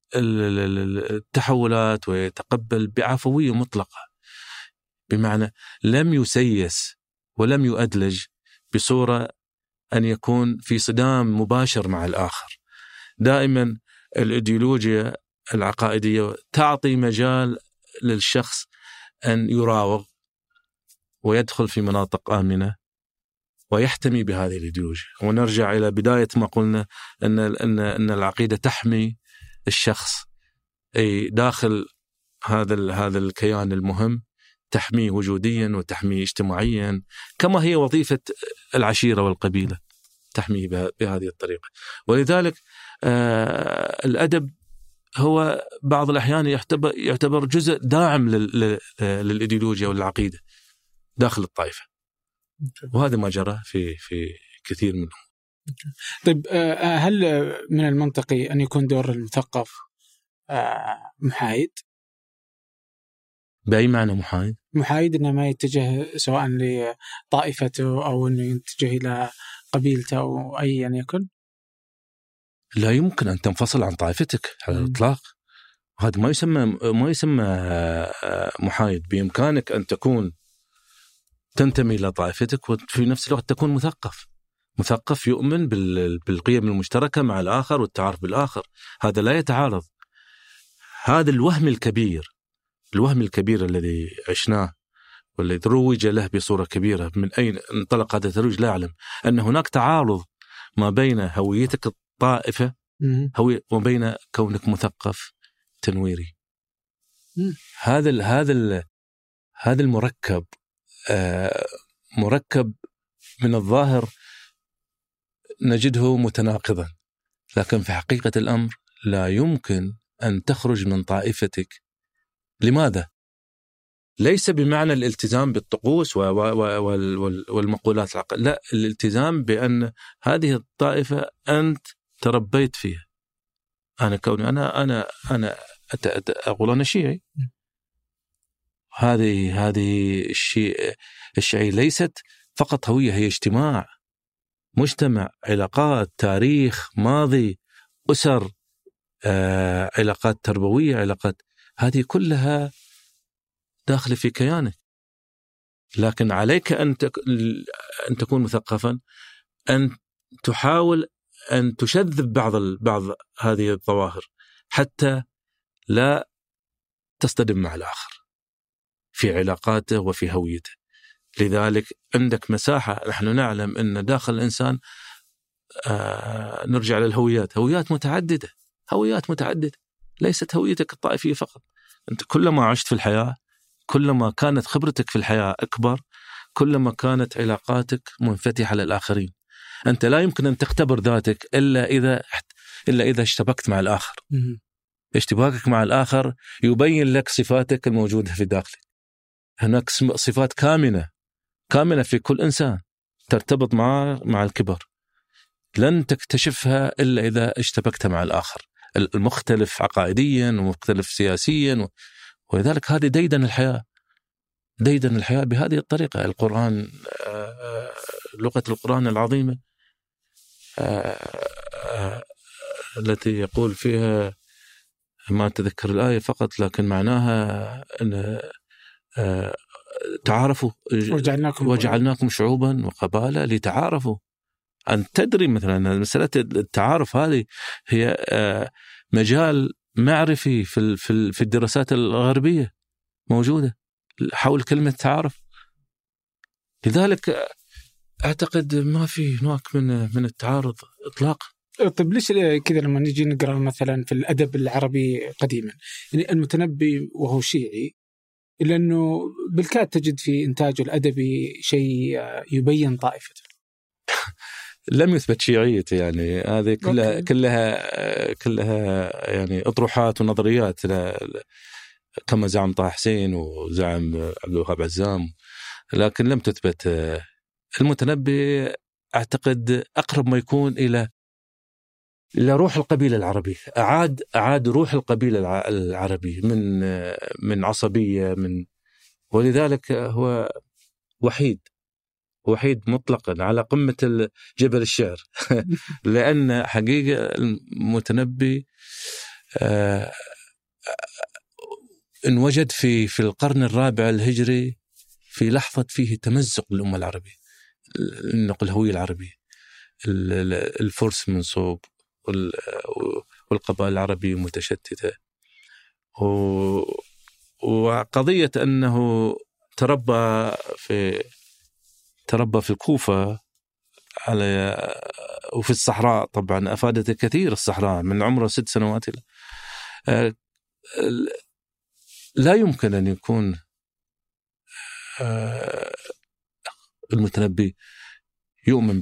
التحولات ويتقبل بعفوية مطلقة، بمعنى لم يسيس ولم يؤدلج بصورة أن يكون في صدام مباشر مع الآخر. دائما الإيديولوجيا العقائدية تعطي مجال للشخص أن يراوغ ويدخل في مناطق آمنة ويحتمي بهذه الإيديولوجيا. ونرجع إلى بداية ما قلنا أن العقيدة تحمي الشخص أي داخل هذا الكيان المهم، تحميه وجوديا وتحميه اجتماعيا، كما هي وظيفة العشيرة والقبيلة، تحميه بهذه الطريقة. ولذلك الأدب هو بعض الأحيان يعتبر جزء داعم للإيديولوجيا والعقيدة داخل الطائفة، وهذا ما جرى في كثير منهم. طيب، هل من المنطقي أن يكون دور المثقف محايد؟ بأي معنى محايد؟ محايد إنه ما يتجه سواء لطائفته أو إنه يتجه إلى قبيلته أو أيا يكن. لا يمكن أن تنفصل عن طائفتك على الإطلاق. هذا ما يسمى محايد. بإمكانك أن تنتمي إلى طائفتك وفي نفس الوقت تكون مثقف يؤمن بالقيم المشتركة مع الآخر والتعارف بالآخر. هذا لا يتعارض. هذا الوهم الكبير الذي عشناه والذي روج له بصورة كبيرة. من أين انطلق هذا الترويج لا أعلم. أن هناك تعارض ما بين هويتك الطائفة وبين كونك مثقف تنويري. هذا المركب مركب من الظاهر نجده متناقضا، لكن في حقيقة الأمر لا يمكن أن تخرج من طائفتك. لماذا؟ ليس بمعنى الالتزام بالطقوس والمقولات العقل، لا، الالتزام بأن هذه الطائفة أنت تربيت فيها. أنا كوني أنا أقول أنا شيعي. هذه الشيء ليست فقط هوية، هي اجتماع، مجتمع، علاقات، تاريخ، ماضي، أسر، علاقات تربوية، علاقات، هذه كلها داخلة في كيانك. لكن عليك أن تكون مثقفا، أن تحاول أن تشذب بعض هذه الظواهر حتى لا تصطدم مع الآخر في علاقاته وفي هويته. لذلك عندك مساحة. نحن نعلم أن داخل الإنسان نرجع للهويات، هويات متعددة، ليست هويتك الطائفية فقط. أنت كلما عشت في الحياة، كلما كانت خبرتك في الحياة أكبر، كلما كانت علاقاتك منفتحة للآخرين. أنت لا يمكن أن تختبر ذاتك إلا إذا اشتبكت مع الآخر. اشتباكك مع الآخر يبين لك صفاتك الموجودة في داخلك. هناك صفات كامنة في كل إنسان ترتبط مع الكبر، لن تكتشفها إلا إذا اشتبكت مع الآخر المختلف عقائديا ومختلف سياسيا. ولذلك هذه ديدن الحياة بهذه الطريقة. القرآن، لغة القرآن العظيمة التي يقول فيها، ما أتذكر الآية فقط، لكن معناها أن تعارفوا وجعلناكم شعوبا وقبائل لتعارفوا. أن تدري مثلا مسألة التعارف هذه هي مجال معرفي في الدراسات الغربية موجودة حول كلمة تعارف. لذلك أعتقد ما في نوع من التعارض إطلاقا. طيب ليش كذا لما نجي نقرأ مثلا في الأدب العربي قديما، يعني المتنبي وهو شيعي، إلا أنه بالكاد تجد في إنتاجه الأدبي شيء يبين طائفته. لم يثبت شيعيته، يعني هذه كلها يعني أطروحات ونظريات، كما زعم طه حسين وزعم عبد الوهاب عزام، لكن لم تثبت. المتنبي أعتقد أقرب ما يكون إلى روح القبيلة العربية. أعاد روح القبيلة العربية من عصبية، ولذلك هو وحيد وحيد مطلقا على قمة جبل الشعر. لأن حقيقة المتنبي انوجد في القرن الرابع الهجري في لحظة فيه تمزق الأمة العربية، نقل الهوية العربية، الفرس منصوب والقبائل العربية متشتتة، وقضية أنه تربى في الكوفة وفي الصحراء. طبعا أفادت كثير الصحراء من عمره 6 سنوات. لا يمكن أن يكون المتنبي يؤمن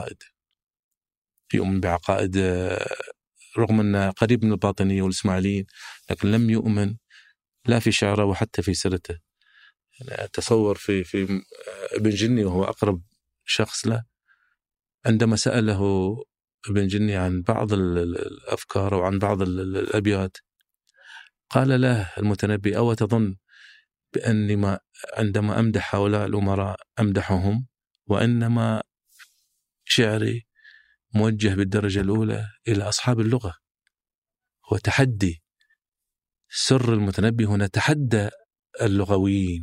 بعقائد رغم أنه قريب من الباطنية والإسماعيليين، لكن لم يؤمن لا في شعره وحتى في سيرته. تصور في ابن جني وهو أقرب شخص له، عندما سأله ابن جني عن بعض الأفكار وعن بعض الأبيات، قال له المتنبي: أو تظن بأني عندما أمدح هؤلاء الأمراء أمدحهم، وإنما شعري موجه بالدرجة الأولى إلى أصحاب اللغة. وتحدي سر المتنبي هنا، تحدى اللغويين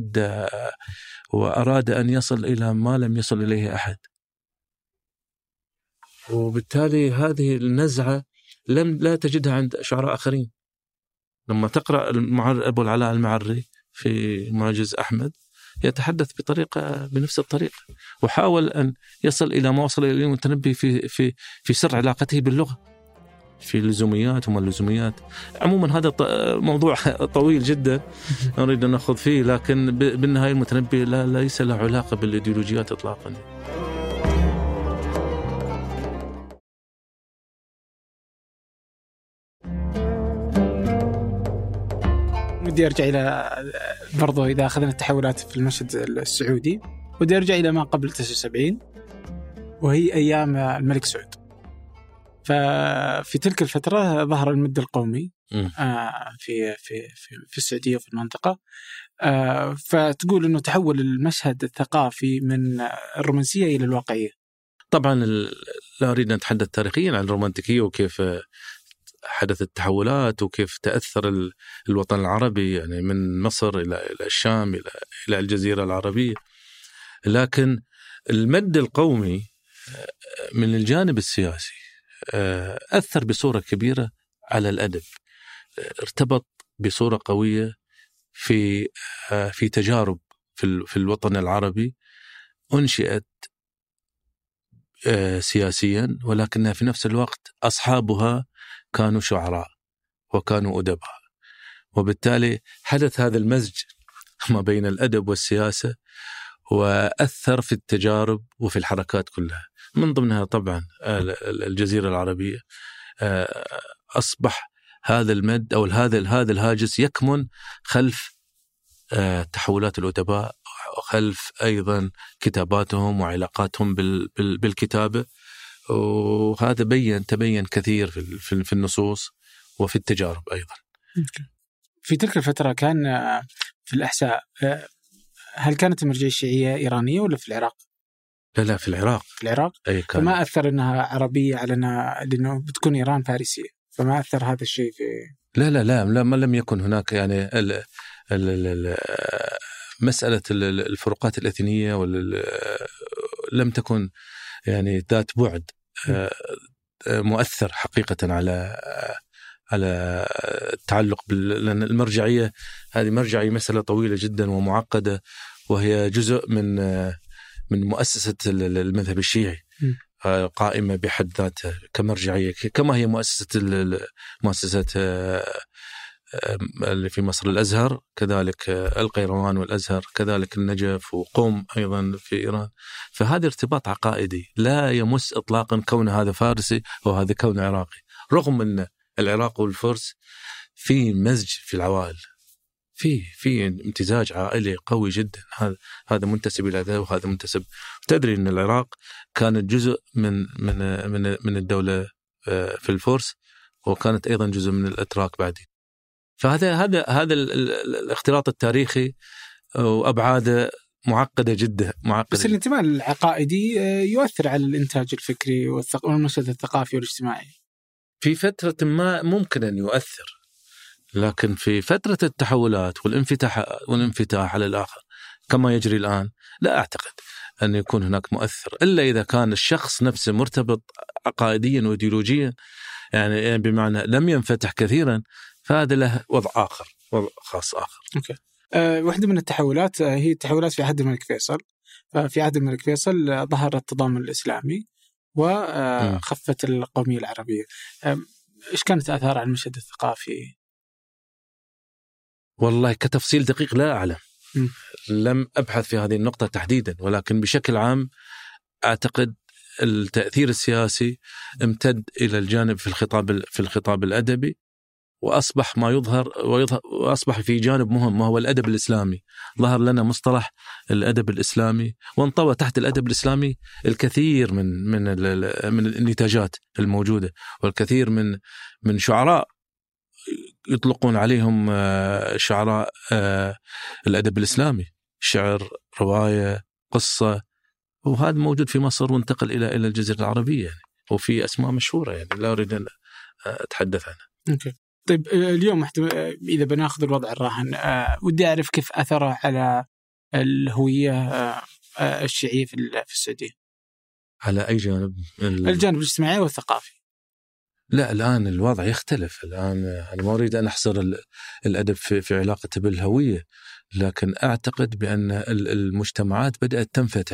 وأراد أن يصل إلى ما لم يصل إليه أحد. وبالتالي هذه النزعة لا تجدها عند شعراء آخرين. لما تقرأ أبو العلاء المعري في معجز أحمد يتحدث بنفس الطريقة، وحاول أن يصل إلى ما وصل إليه المتنبي في سر علاقته باللغة، في اللزوميات وما اللزوميات. عموما هذا موضوع طويل جدا نريد أن نأخذ فيه، لكن بالنهاية المتنبي ليس له علاقة بالإيديولوجيات إطلاقا. ودي أرجع إلى برضو إذا أخذنا التحولات في المشهد السعودي، ودي أرجع إلى ما قبل 79 وهي أيام الملك سعود. ففي تلك الفترة ظهر المد القومي في السعودية وفي المنطقة. فتقول أنه تحول المشهد الثقافي من الرومانسية إلى الواقعية. طبعا لا أريد أن أتحدث تاريخيا عن الرومانتيكية وكيف حدث التحولات وكيف تأثر الوطن العربي، يعني من مصر إلى الشام إلى الجزيرة العربية. لكن المد القومي من الجانب السياسي أثر بصورة كبيرة على الأدب، ارتبط بصورة قوية في تجارب في الوطن العربي أنشئت سياسيا، ولكنها في نفس الوقت أصحابها كانوا شعراء وكانوا أدباء، وبالتالي حدث هذا المزج ما بين الأدب والسياسة، وأثر في التجارب وفي الحركات كلها. من ضمنها طبعا الجزيرة العربية. أصبح هذا المد أو هذا الهاجس يكمن خلف تحولات الأدباء، وخلف أيضا كتاباتهم وعلاقاتهم بالكتابة، وهذا تبين كثير في النصوص وفي التجارب أيضا. في تلك الفترة كان في الأحساء، هل كانت المرجعية الشيعية إيرانية ولا في العراق؟ لا، في العراق. أي كان. فما أثر أنها عربية على لأنه بتكون إيران فارسية، فما أثر هذا الشيء في؟ لا ما لم يكن هناك يعني مسألة الفروقات الإثنية لم تكن يعني ذات بعد مؤثر حقيقة على التعلق لأن المرجعية هذه مرجعية مسألة طويلة جدا ومعقدة، وهي جزء من مؤسسة المذهب الشيعي، قائمة بحد ذاتها كمرجعية، كما هي مؤسسة اللي في مصر الأزهر، كذلك القيروان والأزهر، كذلك النجف وقم أيضا في إيران. فهذا ارتباط عقائدي لا يمس إطلاقا كون هذا فارسي وهذا كون عراقي، رغم أن العراق والفرس في مزج في العوائل، في امتزاج عائلي قوي جدا، هذا منتسب إلى ذا وهذا منتسب. تدري أن العراق كانت جزء من الدولة في الفرس، وكانت أيضا جزء من الأتراك بعدين. فهذا الاختلاط التاريخي وأبعاده معقدة جدا، معقدة. بس الانتماء العقائدي يؤثر على الإنتاج الفكري والمشهد الثقافي والاجتماعي. في فترة ما ممكن أن يؤثر، لكن في فترة التحولات والانفتاح على الآخر كما يجري الآن لا أعتقد أن يكون هناك مؤثر، إلا إذا كان الشخص نفسه مرتبط عقائديا وإيديولوجيا، يعني بمعنى لم ينفتح كثيرا، فهذا له وضع آخر، وضع خاص آخر. أوكي. واحدة من التحولات هي التحولات في عهد الملك فيصل. ففي عهد الملك فيصل ظهر التضامن الإسلامي وخفت القومية العربية. إيش كانت آثار على المشهد الثقافي؟ والله كتفصيل دقيق لا أعلم، لم أبحث في هذه النقطة تحديدا، ولكن بشكل عام أعتقد التأثير السياسي امتد إلى الجانب في الخطاب الأدبي، وأصبح ما يظهر وأصبح في جانب مهم وهو الأدب الإسلامي. ظهر لنا مصطلح الأدب الإسلامي، وانطوى تحت الأدب الإسلامي الكثير من النتاجات الموجودة، والكثير من شعراء يطلقون عليهم شعراء الأدب الإسلامي، شعر، رواية، قصة، وهذا موجود في مصر وانتقل إلى الجزيرة العربية يعني، وفي أسماء مشهورة يعني لا أريد أن أتحدث عنها. أوكي. طيب اليوم إذا بناخذ الوضع الراهن، ودي أعرف كيف أثره على الهوية الشيعية في السعودية. على أي جانب؟ الجانب الاجتماعي والثقافي. لا، الآن الوضع يختلف. الآن أنا ما أريد أن أحصر الأدب في علاقته بالهوية، لكن أعتقد بأن المجتمعات بدأت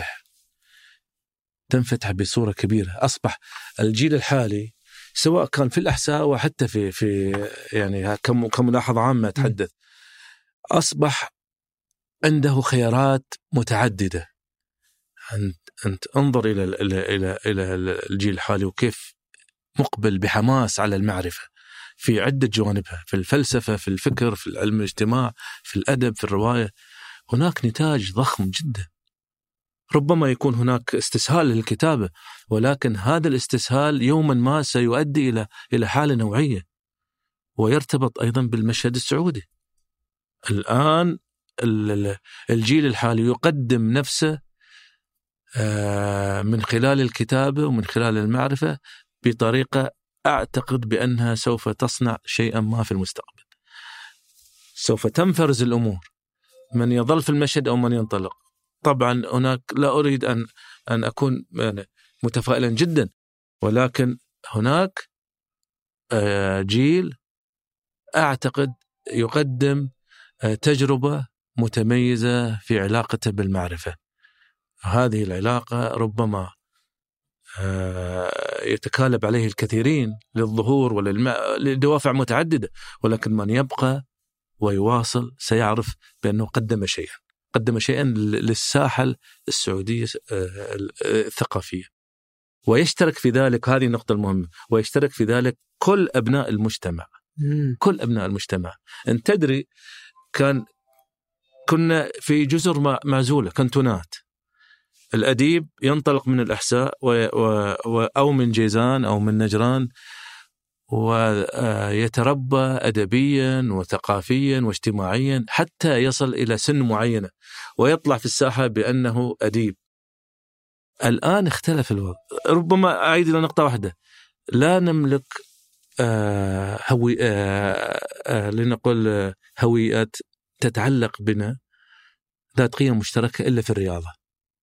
تنفتح بصورة كبيرة. أصبح الجيل الحالي سواء كان في الأحساء وحتى في يعني كملاحظة عامة أتحدث، أصبح عنده خيارات متعددة. أنت انظر إلى الجيل الحالي وكيف مقبل بحماس على المعرفة في عدة جوانبها، في الفلسفة، في الفكر، في العلم الاجتماع، في الأدب، في الرواية. هناك نتاج ضخم جدا. ربما يكون هناك استسهال للكتابة، ولكن هذا الاستسهال يوما ما سيؤدي إلى حالة نوعية، ويرتبط أيضا بالمشهد السعودي. الآن الجيل الحالي يقدم نفسه من خلال الكتابة ومن خلال المعرفة بطريقة أعتقد بأنها سوف تصنع شيئا ما في المستقبل. سوف تنفرز الأمور، من يظل في المشهد أو من ينطلق. طبعا هناك لا أريد أن أكون متفائلا جدا، ولكن هناك جيل أعتقد يقدم تجربة متميزة في علاقته بالمعرفة. هذه العلاقة ربما يتكالب عليه الكثيرين للظهور لدوافع متعددة، ولكن من يبقى ويواصل سيعرف بأنه قدم شيئا للساحة السعودية الثقافية، ويشترك في ذلك، هذه النقطة المهمة، ويشترك في ذلك كل أبناء المجتمع. كل أبناء المجتمع. أنت تدري كنا في جزر معزولة، كنتونات. الأديب ينطلق من الأحساء أو من جيزان أو من نجران، ويتربى أدبيا وثقافيا واجتماعيا حتى يصل إلى سن معينة ويطلع في الساحة بأنه أديب. الآن اختلف الوضع. ربما أعيد إلى نقطة واحدة، لا نملك لنقول هويات تتعلق بنا ذات قيم مشتركة إلا في الرياضة.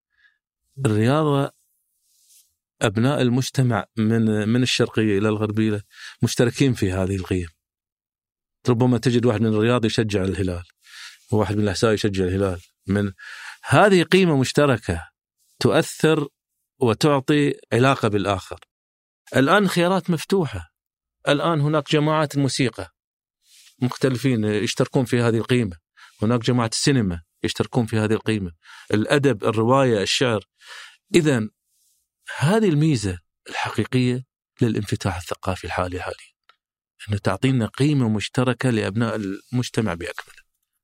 أبناء المجتمع من الشرقية إلى الغربية مشتركين في هذه القيم. ربما تجد واحد من الرياض يشجع الهلال، وواحد من الأحساء يشجع الهلال. من هذه قيمة مشتركة تؤثر وتعطي علاقة بالآخر. الآن خيارات مفتوحة. الآن هناك جماعات الموسيقى مختلفين يشتركون في هذه القيمة، هناك جماعة السينما يشتركون في هذه القيمة، الأدب، الرواية، الشعر. إذن هذه الميزة الحقيقية للانفتاح الثقافي الحالي حاليا، أنه تعطينا قيمة مشتركة لأبناء المجتمع بأكمله.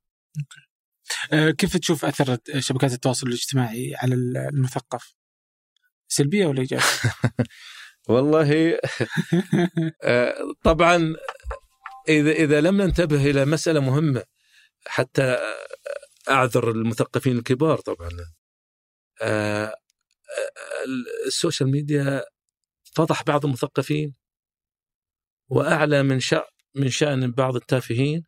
كيف تشوف أثر شبكات التواصل الاجتماعي على المثقف؟ سلبية ولا إيجابية؟ والله طبعا إذا لم ننتبه إلى مسألة مهمة حتى أعذر المثقفين الكبار طبعا. السوشيال ميديا فضح بعض المثقفين، وأعلى من شأن بعض التافهين،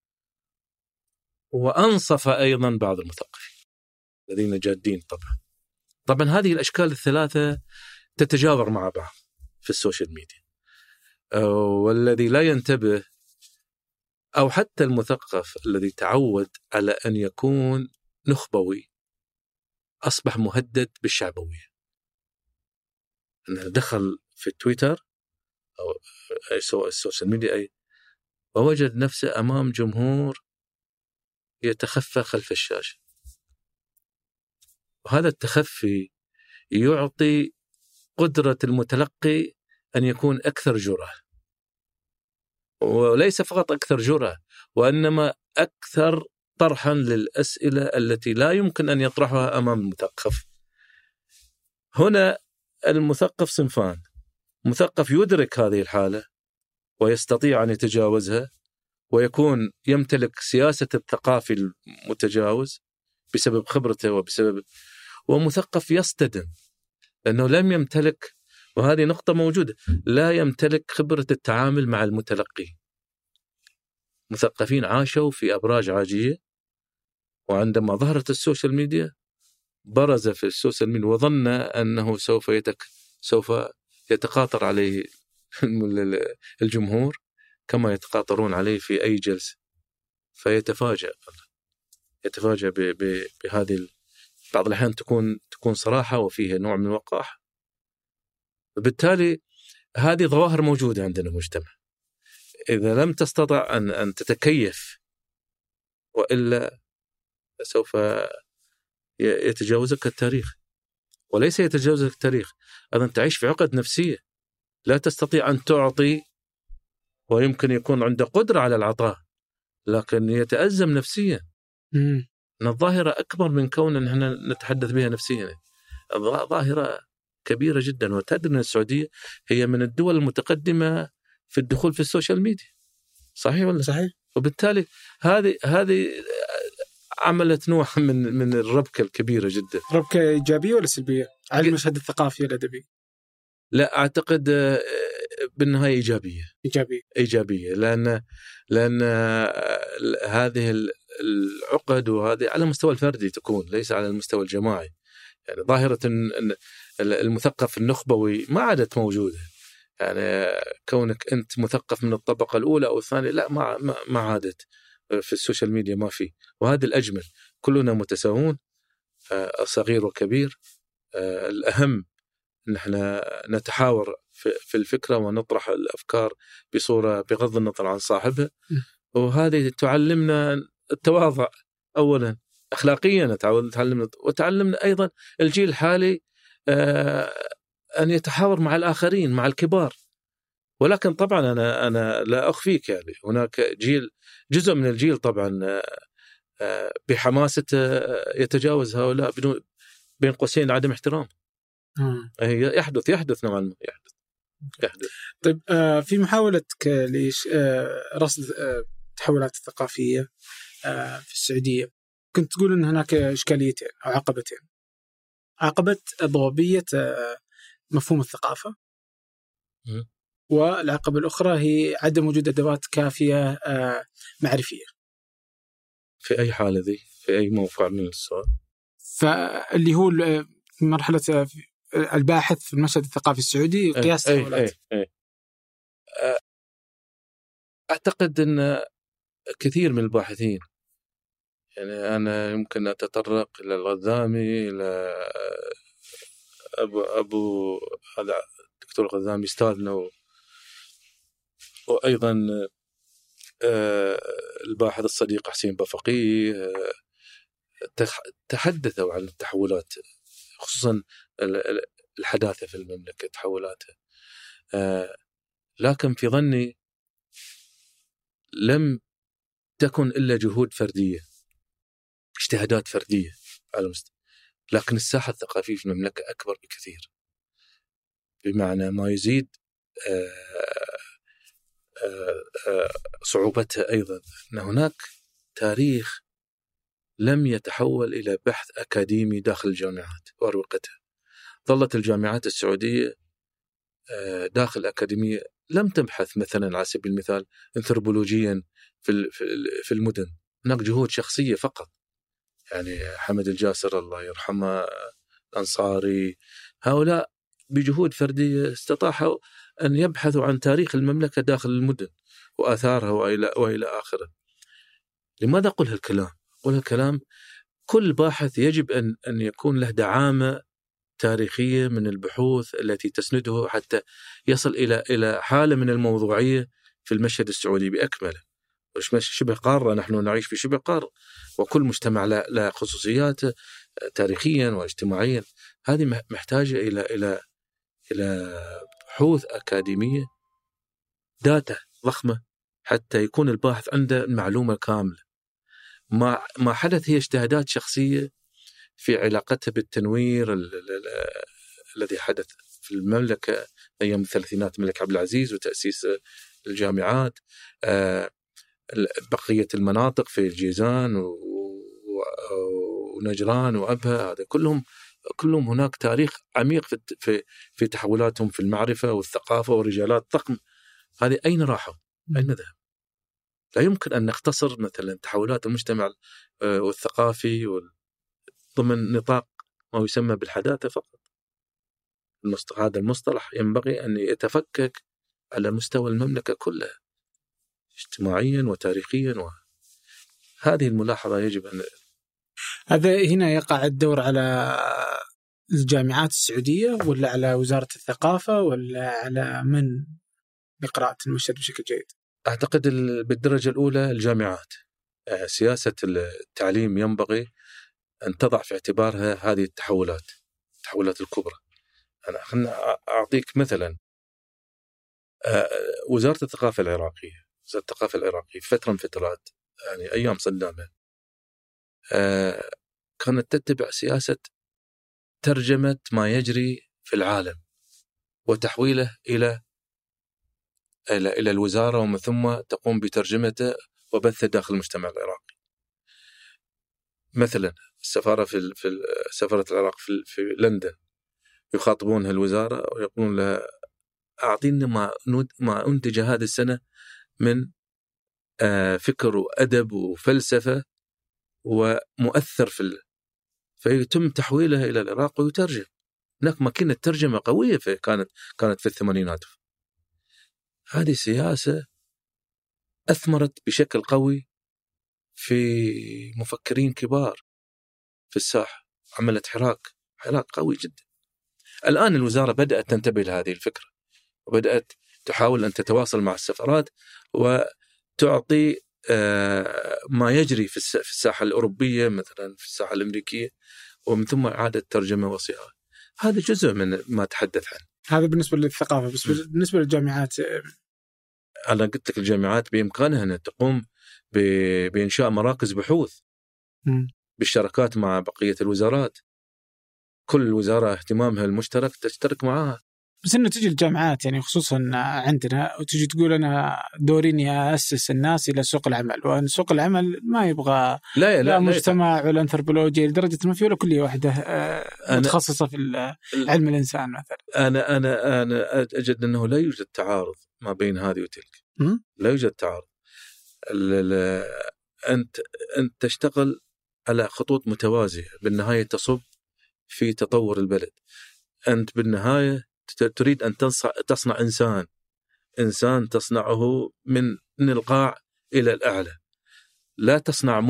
وأنصف أيضا بعض المثقفين الذين جادين. طبعا هذه الأشكال الثلاثة تتجاور مع بعض في السوشيال ميديا، والذي لا ينتبه، أو حتى المثقف الذي تعود على أن يكون نخبوي، أصبح مهدد بالشعبوية. أنه دخل في تويتر أو السوشيال ميديا ووجد نفسه أمام جمهور يتخفى خلف الشاشة، وهذا التخفي يعطي قدرة المتلقي أن يكون أكثر جرأة، وليس فقط أكثر جرأة، وإنما أكثر طرحا للأسئلة التي لا يمكن أن يطرحها أمام المثقف. هنا المثقف صنفان: مثقف يدرك هذه الحالة ويستطيع أن يتجاوزها ويكون يمتلك سياسة الثقافي المتجاوز بسبب خبرته ومثقف يصطدم لأنه لم يمتلك، وهذه نقطة موجودة، لا يمتلك خبرة التعامل مع المتلقي. مثقفين عاشوا في أبراج عاجية، وعندما ظهرت السوشيال ميديا برز في السوشيال ميديا وظن أنه سوف يتقاطر عليه الجمهور كما يتقاطرون عليه في أي جلسة، فيتفاجأ بهذه بعض الأحيان تكون صراحة وفيها نوع من الوقاحة. وبالتالي هذه ظواهر موجودة عندنا المجتمع، إذا لم تستطع أن تتكيف، وإلا سوف يتجاوزك التاريخ. وليس يتجاوزك التاريخ، أيضا تعيش في عقد نفسية، لا تستطيع أن تعطي، ويمكن يكون عنده قدرة على العطاء لكن يتأزم نفسيا. أن الظاهرة أكبر من كون أن احنا نتحدث بها نفسيا، ظاهرة كبيرة جدا. وتدري أن السعودية هي من الدول المتقدمة في الدخول في السوشيال ميديا، صحيح ولا؟ صحيح. وبالتالي هذه عملت نوع من الربكة الكبيرة جدا. ربكة إيجابية ولا سلبية على المشهد الثقافي والأدبي؟ لا، أعتقد بالنهاية إيجابية، لأن هذه العقد وهذه على مستوى الفردي تكون، ليس على المستوى الجماعي. يعني ظاهرة المثقف النخبوي ما عادت موجودة، يعني كونك أنت مثقف من الطبقة الأولى أو الثانية، لا، ما عادت في السوشيال ميديا، ما في. وهذا الأجمل، كلنا متساوون، صغير وكبير. الأهم أن احنا نتحاور في الفكرة ونطرح الأفكار بصورة بغض النظر عن صاحبها، وهذه تعلمنا التواضع أولا، أخلاقيا تعلمنا، وتعلمنا أيضا الجيل الحالي أن يتحاور مع الآخرين، مع الكبار. ولكن طبعا أنا لا أخفيك، يعني هناك جزء من الجيل طبعا بحماسة يتجاوز هؤلاء بدون، بين قوسين، عدم احترام. يحدث نوعا ما، يحدث. طيب، في محاولتك لرصد التحولات الثقافية في السعودية، كنت تقول أن هناك إشكاليتين أو عقبتين: عقبة ضبابية مفهوم الثقافة، والعقبة الأخرى هي عدم وجود أدوات كافية معرفية. في أي حالة ذي؟ في أي موقع من السؤال؟ فاللي هو مرحلة الباحث في المشهد الثقافي السعودي، قياس تحولات. أعتقد أن كثير من الباحثين، يعني أنا يمكن أتطرق إلى الغزامي، إلى أبو هذا الدكتور الغزامي أستاذنا، وأيضا الباحث الصديق حسين بافقيه، تحدثوا عن التحولات، خصوصا الحداثة في المملكة، تحولاتها. لكن في ظني لم تكن إلا جهود فردية، اجتهادات فردية على المستوى، لكن الساحة الثقافية في المملكة أكبر بكثير، بمعنى ما يزيد صعوبتها أيضا أن هناك تاريخ لم يتحول إلى بحث أكاديمي داخل الجامعات وأروقتها. ظلت الجامعات السعودية داخل الأكاديمية لم تبحث مثلا على سبيل المثال أنثروبولوجيا في المدن. هناك جهود شخصية فقط، يعني حمد الجاسر الله يرحمه، الأنصاري، هؤلاء بجهود فردية استطاعوا أن يبحثوا عن تاريخ المملكة داخل المدن وآثارها وإلى آخره. لماذا أقول هالكلام؟ أقول هالكلام كل باحث يجب أن يكون له دعامة تاريخية من البحوث التي تسنده حتى يصل إلى حالة من الموضوعية في المشهد السعودي بأكمله. شبه قارة، نحن نعيش في شبه قارة، وكل مجتمع له خصوصياته تاريخيا واجتماعيا. هذه محتاجة إلى بحوث أكاديمية، داتا ضخمة، حتى يكون الباحث عنده المعلومة كاملة. ما حدث هي اجتهادات شخصية في علاقتها بالتنوير الذي حدث في المملكة أيام الثلاثينات، الملك عبد العزيز وتأسيس الجامعات، بقية المناطق في الجيزان ونجران وأبها، هذا كلهم هناك تاريخ عميق في تحولاتهم في المعرفة والثقافة ورجالات طقم. هذه أين راحوا؟ أين ذهب؟ لا يمكن أن نختصر مثلا تحولات المجتمع والثقافي ضمن نطاق ما يسمى بالحداثة فقط. هذا المصطلح ينبغي أن يتفكك على مستوى المملكة كلها اجتماعيا وتاريخيا. هذه الملاحظة يجب أن هذا هنا يقع الدور على الجامعات السعودية ولا على وزارة الثقافة ولا على من لقراءة المشهد بشكل جيد؟ أعتقد بالدرجة الأولى الجامعات. سياسة التعليم ينبغي أن تضع في اعتبارها هذه التحولات الكبرى. أنا أعطيك مثلا وزارة الثقافة العراقية فترة من فترات، يعني أيام صدام، كانت تتبع سياسة ترجمة ما يجري في العالم وتحويله إلى الوزارة، ومن ثم تقوم بترجمته وبثه داخل المجتمع العراقي. مثلا السفارة في سفارة العراق في لندن يخاطبونها الوزارة ويقولون لها أعطينا ما أنتج هذه السنة من فكر وأدب وفلسفة ومؤثر فيتم تحويلها إلى العراق ويترجم. هناك ماكينة ترجمة قوية كانت في الثمانينات. هذه سياسة أثمرت بشكل قوي في مفكرين كبار في الساحة، عملت حراك قوي جدا. الآن الوزارة بدأت تنتبه لهذه الفكرة وبدأت تحاول أن تتواصل مع السفارات وتعطي ما يجري في الساحة الأوروبية مثلا، في الساحة الأمريكية، ومن ثم إعادة ترجمة وصياغة. هذا جزء من ما تحدث عنه. هذا بالنسبة للثقافة. بس بالنسبة للجامعات، أنا قلت لك الجامعات بإمكانها أن تقوم بإنشاء مراكز بحوث بالشراكات مع بقية الوزارات. كل وزارة اهتمامها المشترك تشترك معها. بس إنه تجي الجامعات يعني خصوصا عندنا وتجي تقول أنا دوري إني أسس الناس إلى سوق العمل، وأن سوق العمل ما يبغى لا مجتمع ولا أنثروبولوجيا، لدرجة ما في ولا كلية واحدة متخصصة في علم الإنسان مثلا. أنا أجد أنه لا يوجد تعارض ما بين هذه وتلك. لا يوجد تعارض. أنت تشتغل على خطوط متوازية، بالنهاية تصب في تطور البلد. أنت بالنهاية تريد أن تصنع إنسان تصنعه من القاع إلى الأعلى. لا تصنع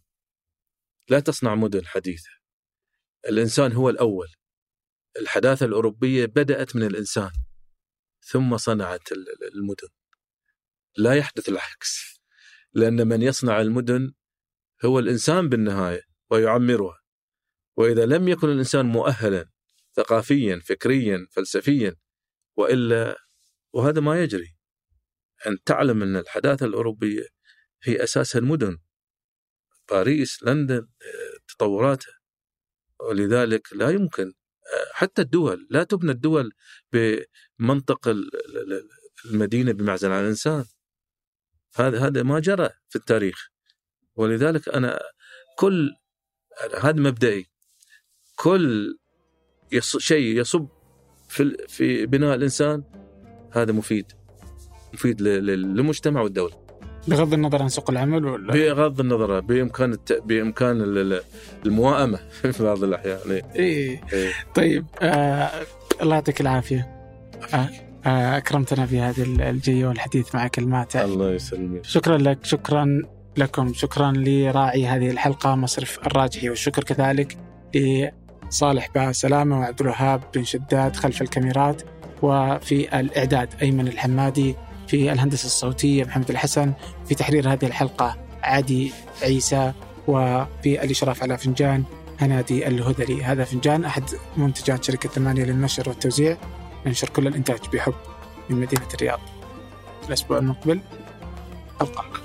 مدن حديثة. الإنسان هو الأول. الحداثة الأوروبية بدأت من الإنسان ثم صنعت المدن. لا يحدث العكس، لأن من يصنع المدن هو الإنسان بالنهاية ويعمرها. وإذا لم يكن الإنسان مؤهلا ثقافيا فكريا فلسفيا وهذا ما يجري. أن تعلم أن الحداثة الأوروبية هي أساسها المدن، باريس، لندن، تطوراتها. ولذلك لا يمكن حتى الدول لا تبنى الدول بمنطق المدينة بمعزل عن الإنسان. هذا ما جرى في التاريخ. ولذلك أنا كل هذا مبدئي. كل شيء يصب في بناء الإنسان هذا مفيد للمجتمع والدولة، بغض النظر عن سوق العمل ولا بغض النظر بإمكان الموائمة في بعض الأحيان. إيه. طيب الله يعطيك العافية، أكرمتنا في هذه الجية والحديث معك الماتع. الله يسلمك. شكرا لك، شكرا لكم، شكرا لراعي هذه الحلقة مصرف الراجحي، والشكر كذلك لصالح با سلامة وعبد الوهاب بن شداد خلف الكاميرات، وفي الإعداد أيمن الحمادي، في الهندسة الصوتية محمد الحسن، في تحرير هذه الحلقة عادي عيسى، وفي الإشراف على فنجان هنادي الهذلي. هذا فنجان أحد منتجات شركة 8 للنشر والتوزيع، ننشر كل الإنتاج بحب من مدينة الرياض. الأسبوع المقبل حلقة